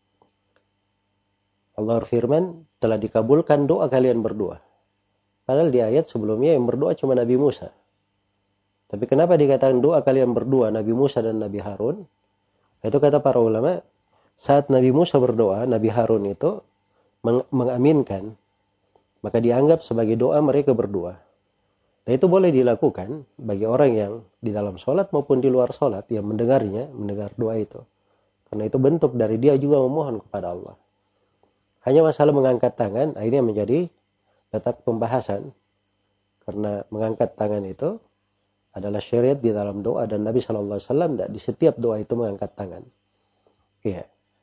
Allah berfirman, telah dikabulkan doa kalian berdua. Padahal di ayat sebelumnya yang berdoa cuma Nabi Musa. Tapi kenapa dikatakan doa kalian berdua, Nabi Musa dan Nabi Harun? Itu kata para ulama, saat Nabi Musa berdoa, Nabi Harun itu mengaminkan, maka dianggap sebagai doa mereka berdua. Dan itu boleh dilakukan bagi orang yang di dalam sholat maupun di luar sholat yang mendengar doa itu. Karena itu bentuk dari dia juga memohon kepada Allah. Hanya masalah mengangkat tangan, ini yang menjadi letak pembahasan. Karena mengangkat tangan itu adalah syariat di dalam doa dan Nabi SAW tidak di setiap doa itu mengangkat tangan. Iya.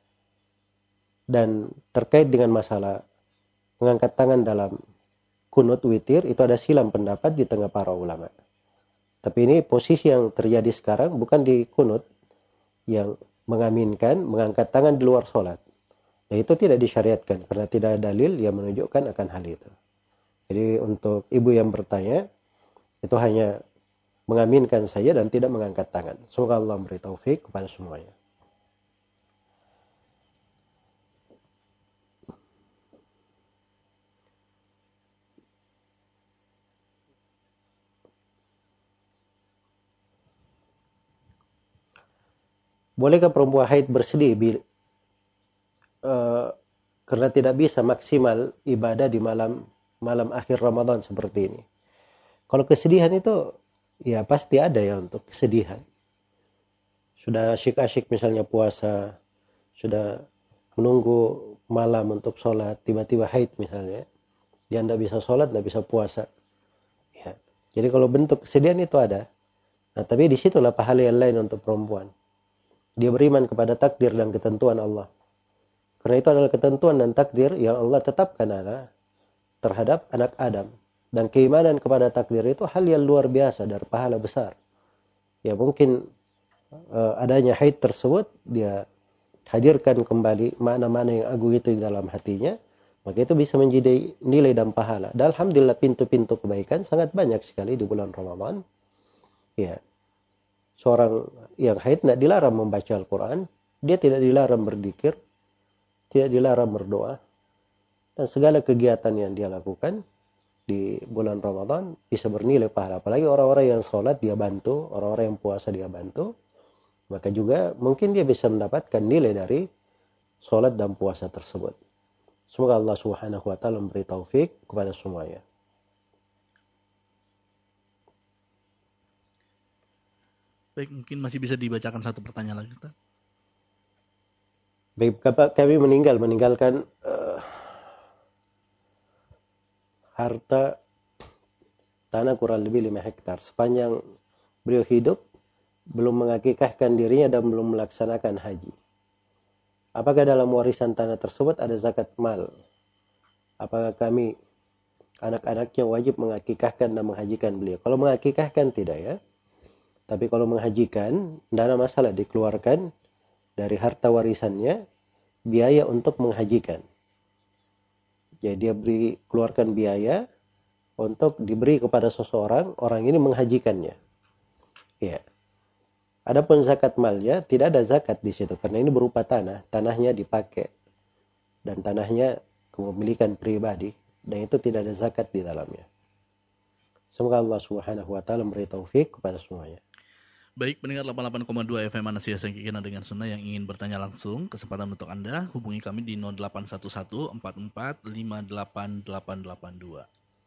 Dan terkait dengan masalah mengangkat tangan dalam kunut witir itu ada silang pendapat di tengah para ulama. Tapi ini posisi yang terjadi sekarang bukan di kunut yang mengaminkan mengangkat tangan di luar sholat. Dan itu tidak disyariatkan karena tidak ada dalil yang menunjukkan akan hal itu. Jadi untuk ibu yang bertanya itu hanya mengaminkan saja dan tidak mengangkat tangan. Semoga Allah memberi taufik kepada semuanya. Bolehkah perempuan haid bersedih karena tidak bisa maksimal ibadah di malam akhir Ramadan seperti ini? Kalau kesedihan itu ya pasti ada ya untuk kesedihan. Sudah asyik-asyik misalnya puasa, sudah menunggu malam untuk sholat, tiba-tiba haid misalnya, dia tidak bisa sholat, tidak bisa puasa. Ya. Jadi kalau bentuk kesedihan itu ada. Nah tapi disitulah pahala yang lain untuk perempuan. Dia beriman kepada takdir dan ketentuan Allah. Karena itu adalah ketentuan dan takdir yang Allah tetapkan terhadap anak Adam. Dan keimanan kepada takdir itu hal yang luar biasa dan pahala besar. Ya mungkin adanya haid tersebut, dia hadirkan kembali makna-makna yang agung itu di dalam hatinya. Maka itu bisa menjadi nilai dan pahala. Dan alhamdulillah pintu-pintu kebaikan sangat banyak sekali di bulan Ramadan. Ya. Seorang yang haid tidak dilarang membaca Al-Quran. Dia tidak dilarang berzikir. Tidak dilarang berdoa. Dan segala kegiatan yang dia lakukan di bulan Ramadan bisa bernilai pahala. Apalagi orang-orang yang sholat dia bantu, orang-orang yang puasa dia bantu. Maka juga mungkin dia bisa mendapatkan nilai dari sholat dan puasa tersebut. Semoga Allah Subhanahu wa taala memberi taufik kepada semuanya. Baik, mungkin masih bisa dibacakan satu pertanyaan lagi, Ustaz. Baik, kami meninggalkan harta tanah kurang lebih 5 hektar. Sepanjang beliau hidup, belum mengakikahkan dirinya dan belum melaksanakan haji. Apakah dalam warisan tanah tersebut ada zakat mal? Apakah kami anak-anaknya wajib mengakikahkan dan menghajikan beliau? Kalau mengakikahkan tidak ya. Tapi kalau menghajikan, tidak ada masalah, dikeluarkan dari harta warisannya biaya untuk menghajikan. Jadi dia keluarkan biaya untuk diberi kepada seseorang, orang ini menghajikannya. Ya. Adapun zakat malnya tidak ada zakat di situ karena ini berupa tanah, tanahnya dipakai dan tanahnya kepemilikan pribadi dan itu tidak ada zakat di dalamnya. Semoga Allah Subhanahu wa taala memberi taufik kepada semuanya. Baik, pendengar 88,2 FM Manasih Sengkikina dengan Sunnah yang ingin bertanya langsung, kesempatan untuk Anda hubungi kami di 0811 44 58882.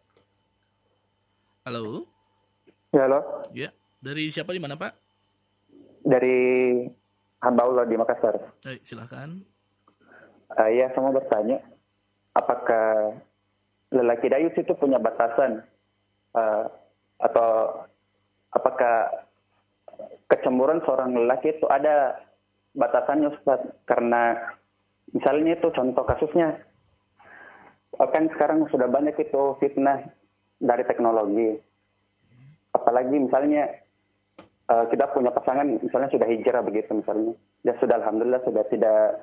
Halo. Ya, halo. Ya, dari siapa di mana, Pak? Dari hamba Allah di Makassar. Baik, silakan. Ya, saya mau bertanya, apakah lelaki dayus itu punya batasan atau apakah kecemburuan seorang lelaki itu ada batasannya, Ustaz? Karena misalnya itu contoh kasusnya, kan sekarang sudah banyak itu fitnah dari teknologi. Apalagi misalnya kita punya pasangan misalnya sudah hijrah begitu misalnya, dia sudah alhamdulillah sudah tidak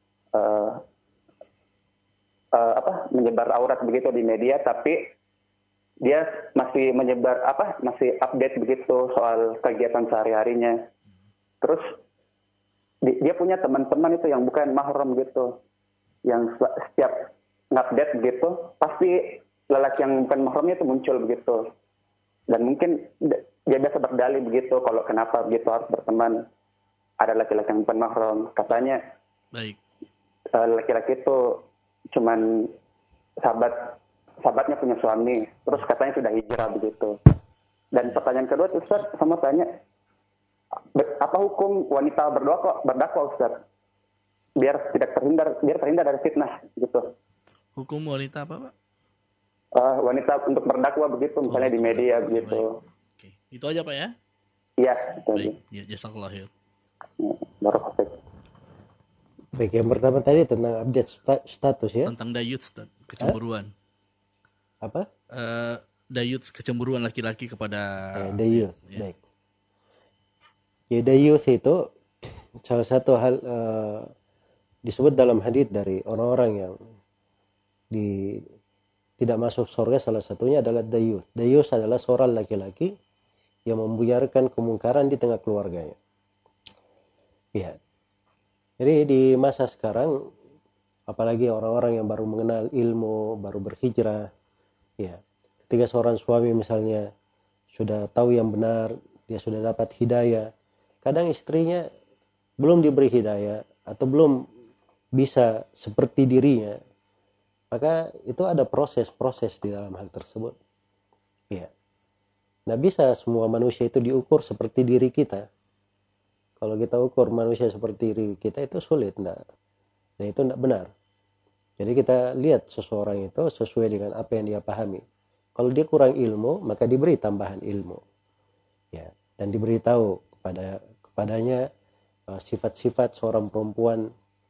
menyebar aurat begitu di media, tapi dia masih menyebar masih update begitu soal kegiatan sehari-harinya. Terus dia punya teman-teman itu yang bukan mahram gitu, yang setiap ngupdate begitu pasti lelaki yang bukan mahramnya itu muncul begitu. Dan mungkin dia biasa berdalih begitu, kalau kenapa begitu harus berteman, ada laki-laki yang bukan mahram. Katanya baik, laki-laki itu cuman sahabatnya punya suami, terus katanya sudah hijrah begitu. Dan pertanyaan kedua, Ustaz, sama tanya, apa hukum wanita berdakwah Ustaz? Biar terhindar dari fitnah gitu. Hukum wanita apa, Pak? Wanita untuk berdakwah begitu, misalnya di media begitu. Oke. Itu aja, Pak ya? Iya. Baik, ya, jazakallah khair. Baik. Baik, yang pertama tadi tentang update status ya. Tentang dayut, kecemburuan. Apa? Dayut, kecemburuan laki-laki kepada dayut. Ya. Baik. Ya, dayut itu salah satu hal disebut dalam hadits dari orang-orang yang tidak masuk surga, salah satunya adalah dayut. Dayut adalah seorang laki-laki yang membiarkan kemungkaran di tengah keluarganya. Ya. Jadi di masa sekarang, apalagi orang-orang yang baru mengenal ilmu, baru berhijrah, ya, ketika seorang suami misalnya sudah tahu yang benar, dia sudah dapat hidayah, kadang istrinya belum diberi hidayah atau belum bisa seperti dirinya, maka itu ada proses-proses di dalam hal tersebut. Ya. Nggak bisa semua manusia itu diukur seperti diri kita. Kalau kita ukur manusia seperti diri kita itu sulit, dan itu tidak benar. Jadi kita lihat seseorang itu sesuai dengan apa yang dia pahami. Kalau dia kurang ilmu, maka diberi tambahan ilmu, ya, dan diberitahu kepadanya sifat-sifat seorang perempuan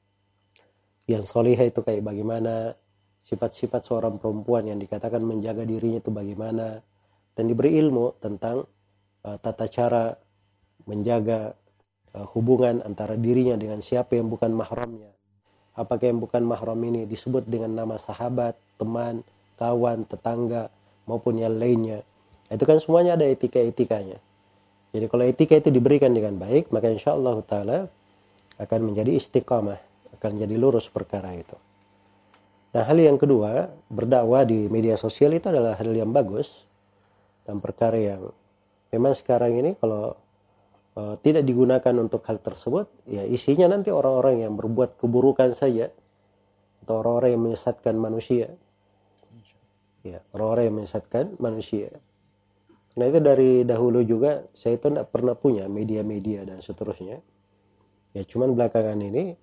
yang solihah itu kayak bagaimana, sifat-sifat seorang perempuan yang dikatakan menjaga dirinya itu bagaimana, dan diberi ilmu tentang tata cara menjaga hubungan antara dirinya dengan siapa yang bukan mahramnya. Apakah yang bukan mahram ini disebut dengan nama sahabat, teman, kawan, tetangga, maupun yang lainnya. Itu kan semuanya ada etika-etikanya. Jadi kalau etika itu diberikan dengan baik, maka insya Allah ta'ala akan menjadi istiqamah, akan jadi lurus perkara itu. Nah, hal yang kedua, berdakwah di media sosial itu adalah hal yang bagus dan perkara yang memang sekarang ini kalau tidak digunakan untuk hal tersebut, ya isinya nanti orang-orang yang berbuat keburukan saja atau orang-orang yang menyesatkan manusia. Ya, orang-orang yang menyesatkan manusia. Nah, itu dari dahulu juga saya itu tidak pernah punya media-media dan seterusnya. Ya, cuman belakangan ini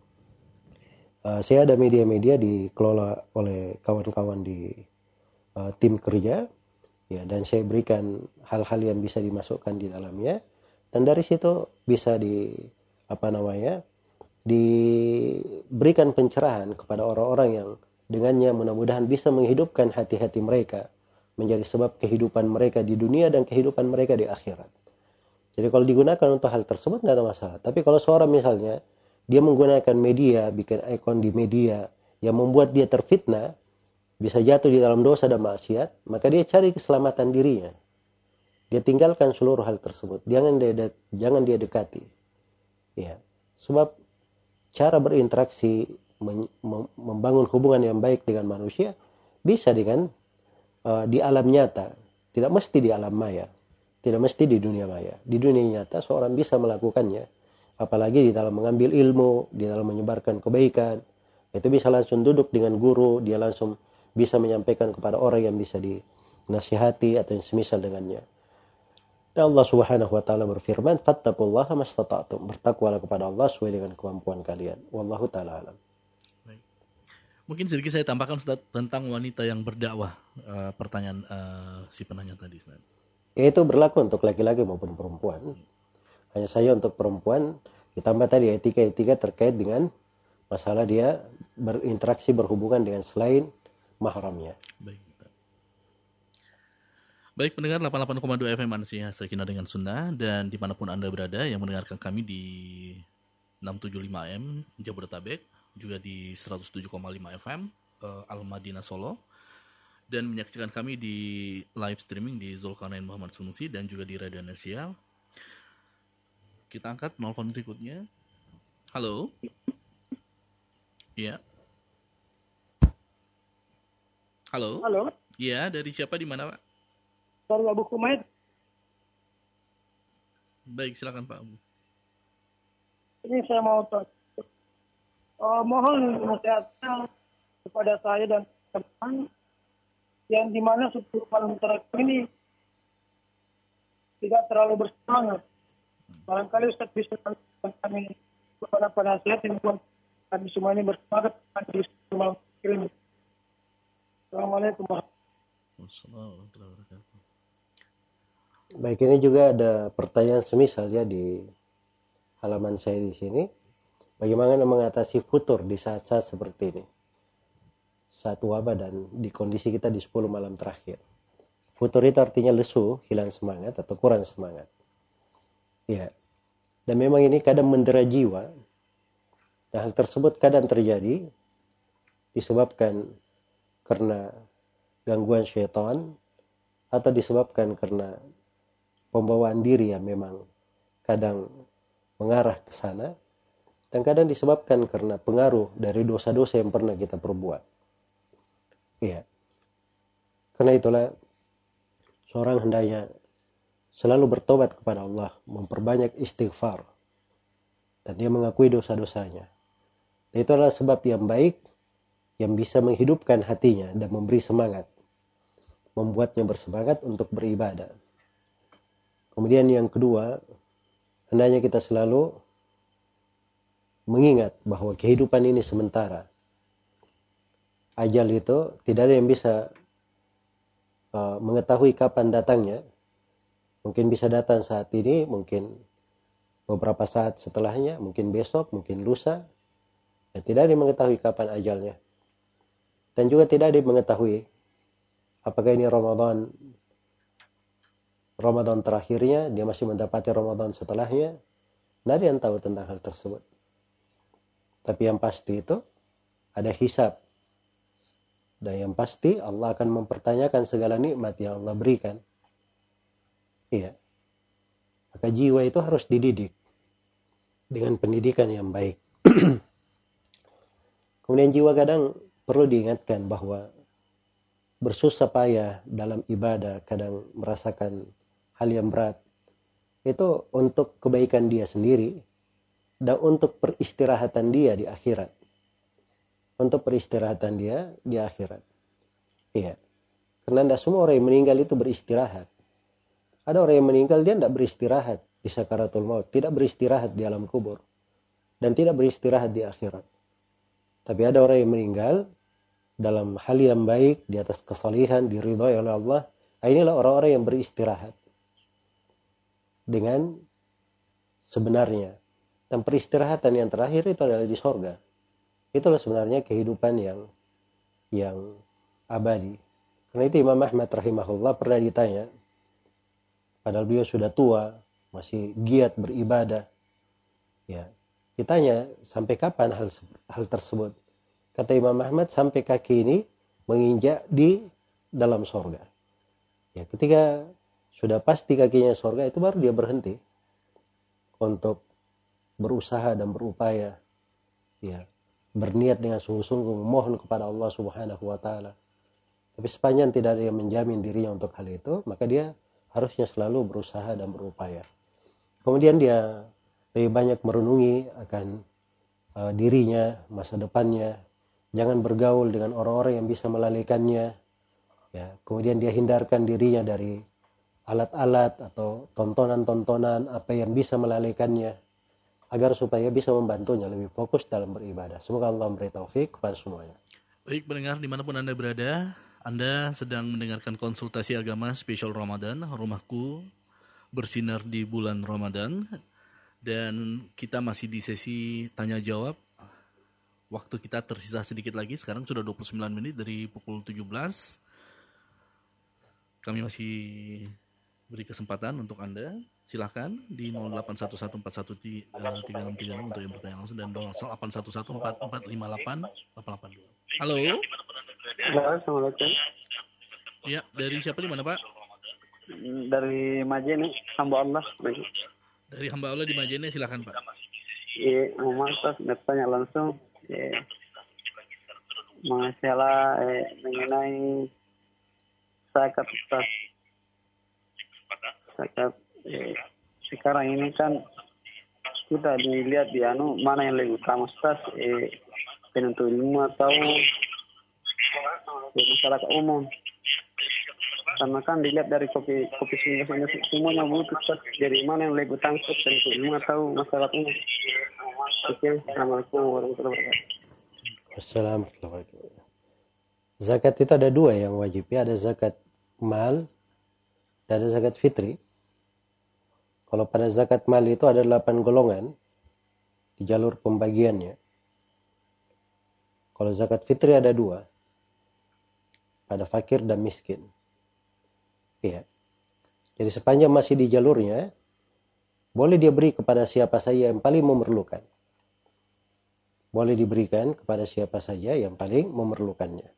saya ada media-media dikelola oleh kawan-kawan di tim kerja Ya, dan saya berikan hal-hal yang bisa dimasukkan di dalamnya, dan dari situ bisa diberikan pencerahan kepada orang-orang yang dengannya mudah-mudahan bisa menghidupkan hati-hati mereka, menjadi sebab kehidupan mereka di dunia dan kehidupan mereka di akhirat. Jadi kalau digunakan untuk hal tersebut nggak ada masalah. Tapi kalau seorang misalnya dia menggunakan media, bikin ikon di media yang membuat dia terfitnah, bisa jatuh di dalam dosa dan maksiat, maka dia cari keselamatan dirinya. Dia tinggalkan seluruh hal tersebut. Jangan dia dekati. Ya, sebab cara berinteraksi, membangun hubungan yang baik dengan manusia bisa dengan di alam nyata, tidak mesti di alam maya, tidak mesti di dunia maya. Di dunia nyata seorang bisa melakukannya, apalagi di dalam mengambil ilmu, di dalam menyebarkan kebaikan. Itu bisa langsung duduk dengan guru, dia langsung bisa menyampaikan kepada orang yang bisa dinasihati atau yang semisal dengannya. Dan Allah Subhanahu wa taala berfirman, "Fattaqullaha mastata'tum." Bertakwalah kepada Allah sesuai dengan kemampuan kalian. Wallahu taala alam. Mungkin sedikit saya tambahkan Ustaz tentang wanita yang berdakwah, pertanyaan si penanya tadi Ustaz. Itu berlaku untuk laki-laki maupun perempuan. Hanya saja untuk perempuan ditambah tadi etika-etika terkait dengan masalah dia berinteraksi berhubungan dengan selain mahramnya. Baik pendengar 88,2 FM Manusia Sakinah dengan Sunnah, dan dimanapun Anda berada yang mendengarkan kami di 675 AM Jabodetabek, juga di 107,5 FM Al-Madinah Solo, dan menyaksikan kami di live streaming di Zulkarnain Muhammad Sunusi dan juga di Radio Indonesia. Kita angkat telepon berikutnya. Halo. Iya. Halo. Halo. Iya, dari siapa di mana, Pak? Dari Abu Kumaid. Baik, silakan Pak Abu. Ini saya mau mohon nasihatnya kepada saya dan teman yang dimana 10 malam terakhir ini tidak terlalu bersemangat. Barangkali Ustaz bisa memberikan kami beberapa nasihat yang membuat kami semua ini bersemangat di 10 malam terakhir ini. Assalamualaikum warahmatullahi wabarakatuh. Baik, ini juga ada pertanyaan semisal ya di halaman saya di sini. Bagaimana mengatasi futur di saat-saat seperti ini? Saat wabah dan di kondisi kita di 10 malam terakhir. Futur itu artinya lesu, hilang semangat atau kurang semangat. Ya. Dan memang ini kadang mendera jiwa. Dan hal tersebut kadang terjadi disebabkan karena gangguan syaitan atau disebabkan karena pembawaan diri yang memang kadang mengarah ke sana. Dan kadang disebabkan karena pengaruh dari dosa-dosa yang pernah kita perbuat. Iya. Karena itulah seorang hendaknya selalu bertobat kepada Allah, memperbanyak istighfar, dan dia mengakui dosa-dosanya. Dan itu adalah sebab yang baik yang bisa menghidupkan hatinya dan memberi semangat, membuatnya bersemangat untuk beribadah. Kemudian yang kedua, hendaknya kita selalu mengingat bahwa kehidupan ini sementara. Ajal itu tidak ada yang bisa mengetahui kapan datangnya. Mungkin bisa datang saat ini, mungkin beberapa saat setelahnya, mungkin besok, mungkin lusa. Ya, tidak ada yang mengetahui kapan ajalnya. Dan juga tidak ada yang mengetahui apakah ini Ramadan terakhirnya, dia masih mendapati Ramadan setelahnya. Tidak ada yang tahu tentang hal tersebut. Tapi yang pasti itu ada hisab. Dan yang pasti Allah akan mempertanyakan segala nikmat yang Allah berikan. Iya. Maka jiwa itu harus dididik dengan pendidikan yang baik. Kemudian jiwa kadang perlu diingatkan bahwa bersusah payah dalam ibadah, kadang merasakan hal yang berat. Itu untuk kebaikan dia sendiri dan untuk peristirahatan dia di akhirat. Untuk peristirahatan dia di akhirat. Iya. Karena tidak semua orang yang meninggal itu beristirahat. Ada orang yang meninggal dia tidak beristirahat di sakaratul maut, tidak beristirahat di alam kubur, dan tidak beristirahat di akhirat. Tapi ada orang yang meninggal dalam hal yang baik, di atas kesalihan, diridhai oleh Allah, Inilah orang-orang yang beristirahat dengan sebenarnya. Dan peristirahatan yang terakhir itu adalah di sorga. Itulah sebenarnya kehidupan yang abadi. Karena itu Imam Ahmad rahimahullah pernah ditanya, padahal beliau sudah tua, masih giat beribadah. Ya, ditanya sampai kapan hal tersebut? Kata Imam Ahmad, sampai kaki ini menginjak di dalam sorga. Ya, ketika sudah pasti kakinya sorga, itu baru dia berhenti untuk berusaha dan berupaya, ya, berniat dengan sungguh-sungguh memohon kepada Allah Subhanahu wa taala. Tapi sepanjang tidak ada yang menjamin dirinya untuk hal itu, maka dia harusnya selalu berusaha dan berupaya. Kemudian dia lebih banyak merenungi akan dirinya, masa depannya. Jangan bergaul dengan orang-orang yang bisa melalaikannya. Ya, kemudian dia hindarkan dirinya dari alat-alat atau tontonan-tontonan apa yang bisa melalaikannya, agar supaya bisa membantunya lebih fokus dalam beribadah. Semoga Allah memberi taufik kepada semuanya. Baik pendengar dimanapun Anda berada, Anda sedang mendengarkan konsultasi agama spesial Ramadan, Rumahku Bersinar di Bulan Ramadan. Dan kita masih di sesi tanya jawab. Waktu kita tersisa sedikit lagi, sekarang sudah 29 menit dari pukul 17. Kami masih beri kesempatan untuk Anda. Silahkan di 0811413636 untuk yang bertanya langsung, dan 0811445882. Halo. Halo, Assalamualaikum. Ya, dari siapa, di mana Pak? Dari Majene, hamba Allah. Dari hamba Allah di Majene, silahkan Pak. Iya, Ustaz bertanya langsung. Masalah mengenai zakat Ustaz. Zakat sekarang ini kan kita dilihat di mana yang lebih utama Ustaz, penuntut ilmu atau masyarakat umum. Karena kan dilihat dari kopi semuanya butuh Ustaz. Jadi mana yang lebih utama Ustaz, penuntut ilmu atau masyarakat umum? Oke, Assalamualaikum warahmatullahi wabarakatuh. Assalamualaikum. Zakat itu ada dua yang wajib, ya. Ada zakat mal dan ada zakat fitri. Kalau pada zakat mal itu ada 8 golongan di jalur pembagiannya. Kalau zakat fitri ada 2. Ada fakir dan miskin. Iya. Jadi sepanjang masih di jalurnya, boleh dia beri kepada siapa saja yang paling memerlukan. Boleh diberikan kepada siapa saja yang paling memerlukannya.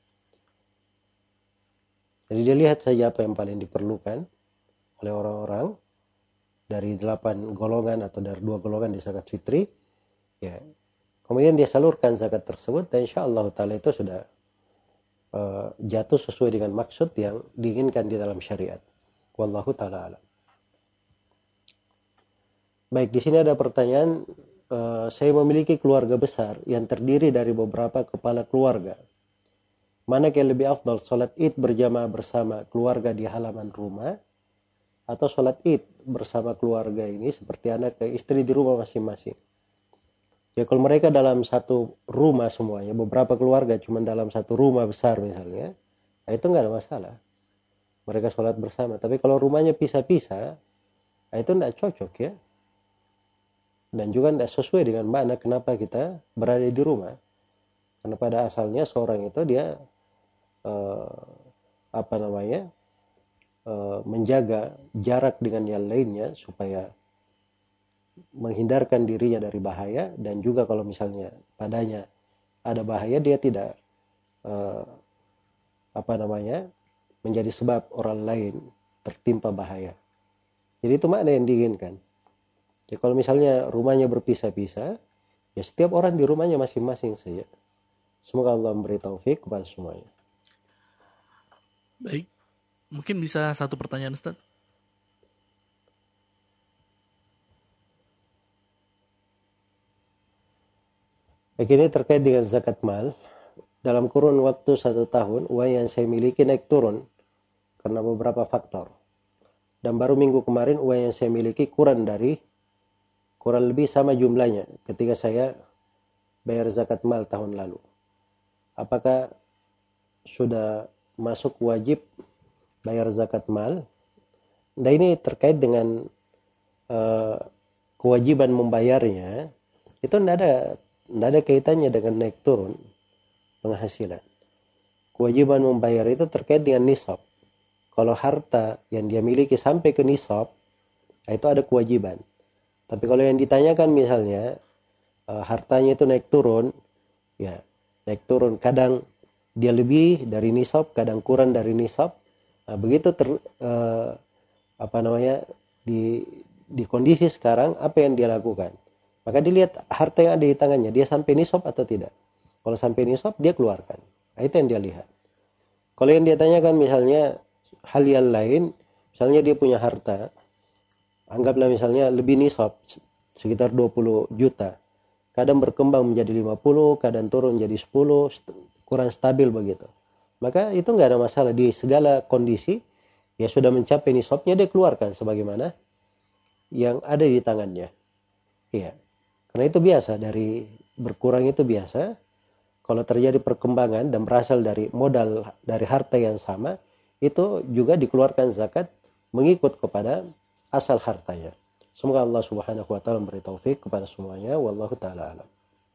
Jadi dia lihat saja apa yang paling diperlukan oleh orang-orang dari 8 golongan atau dari 2 golongan di zakat fitri, ya. Kemudian dia salurkan zakat tersebut, dan insyaallah taala itu sudah jatuh sesuai dengan maksud yang diinginkan di dalam syariat. Wallahu taala alam. Baik, di sini ada pertanyaan. Saya memiliki keluarga besar yang terdiri dari beberapa kepala keluarga. Mana yang lebih afdal, sholat id berjamaah bersama keluarga di halaman rumah, atau sholat id bersama keluarga ini seperti anak dan istri di rumah masing-masing? Ya, kalau mereka dalam satu rumah semuanya, beberapa keluarga cuma dalam satu rumah besar misalnya, itu nggak ada masalah. Mereka sholat bersama. Tapi kalau rumahnya pisah-pisah, itu nggak cocok, ya. Dan juga tidak sesuai dengan makna kenapa kita berada di rumah. Karena pada asalnya seorang itu dia menjaga jarak dengan yang lainnya supaya menghindarkan dirinya dari bahaya, dan juga kalau misalnya padanya ada bahaya, dia tidak menjadi sebab orang lain tertimpa bahaya. Jadi itu makna yang diinginkan. Ya, kalau misalnya rumahnya berpisah-pisah, ya setiap orang di rumahnya masing-masing saja. Semoga Allah memberi taufik kepada semuanya. Baik, mungkin bisa satu pertanyaan Ustaz. Baik, ini terkait dengan zakat mal. Dalam kurun waktu 1 tahun, uang yang saya miliki naik turun karena beberapa faktor. Dan baru minggu kemarin uang yang saya miliki kurang lebih sama jumlahnya ketika saya bayar zakat mal tahun lalu. Apakah sudah masuk wajib bayar zakat mal. Nah ini terkait dengan kewajiban membayarnya, itu tidak ada kaitannya dengan naik turun penghasilan. Kewajiban membayar itu terkait dengan nisab. Kalau harta yang dia miliki sampai ke nisab, itu ada kewajiban. Tapi kalau yang ditanyakan misalnya hartanya itu naik turun, ya naik turun, kadang dia lebih dari nisab, kadang kurang dari nisab. Nah, begitu di kondisi sekarang apa yang dia lakukan? Maka dilihat harta yang ada di tangannya, dia sampai nisab atau tidak. Kalau sampai nisab, dia keluarkan. Nah, itu yang dia lihat. Kalau yang dia tanyakan misalnya hal yang lain, misalnya dia punya harta, anggaplah misalnya lebih nisab, sekitar 20 juta. Kadang berkembang menjadi 50, kadang turun jadi 10, kurang stabil begitu. Maka itu nggak ada masalah. Di segala kondisi, ya sudah mencapai nisabnya, dia keluarkan sebagaimana yang ada di tangannya. Iya. Karena itu biasa, dari berkurang itu biasa. Kalau terjadi perkembangan dan berasal dari modal dari harta yang sama, itu juga dikeluarkan zakat mengikut kepada asal hartanya. Semoga Allah Subhanahu wa taala memberi taufik kepada semuanya. Wallahu taala alam.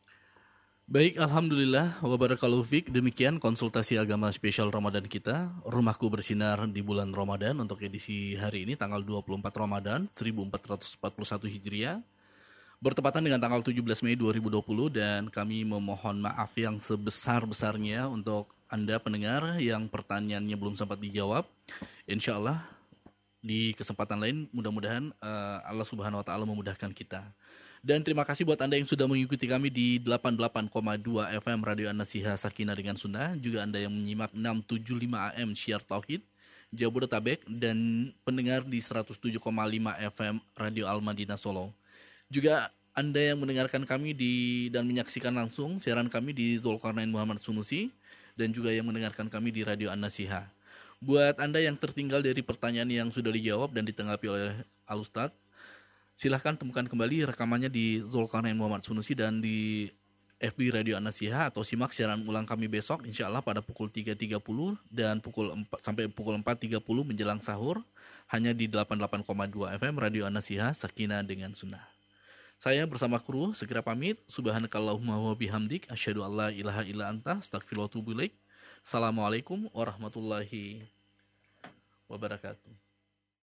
Baik, alhamdulillah wa barakallahu fik. Demikian konsultasi agama spesial Ramadan kita, Rumahku Bersinar di bulan Ramadan untuk edisi hari ini tanggal 24 Ramadan 1441 Hijriah. Bertepatan dengan tanggal 17 Mei 2020 dan kami memohon maaf yang sebesar-besarnya untuk Anda pendengar yang pertanyaannya belum sempat dijawab. Insya Allah di kesempatan lain mudah-mudahan Allah Subhanahu wa taala memudahkan kita. Dan terima kasih buat Anda yang sudah mengikuti kami di 88,2 FM Radio An-Nasiha Sakinah dengan Sunnah, juga Anda yang menyimak 675 AM Syiar Tauhid Jabodetabek dan pendengar di 107,5 FM Radio Al-Madinah Solo. Juga Anda yang mendengarkan kami dan menyaksikan langsung siaran kami di Zulkarnain Muhammad Sunusi dan juga yang mendengarkan kami di Radio An-Nasiha. Buat Anda yang tertinggal dari pertanyaan yang sudah dijawab dan ditanggapi oleh Al-Ustadz, silahkan temukan kembali rekamannya di Zulkarnain Muhammad Sunusi dan di FB Radio An-Nasiha atau simak siaran ulang kami besok insya Allah pada pukul 3.30 dan sampai pukul 4.30 menjelang sahur hanya di 88,2 FM Radio An-Nasiha Sakinah dengan Sunnah. Saya bersama kru segera pamit. Subhanakallahumma wa bihamdik asyhadu alla ilaha illa anta astaghfiruka wa atubu ilaik. Assalamualaikum warahmatullahi wabarakatuh.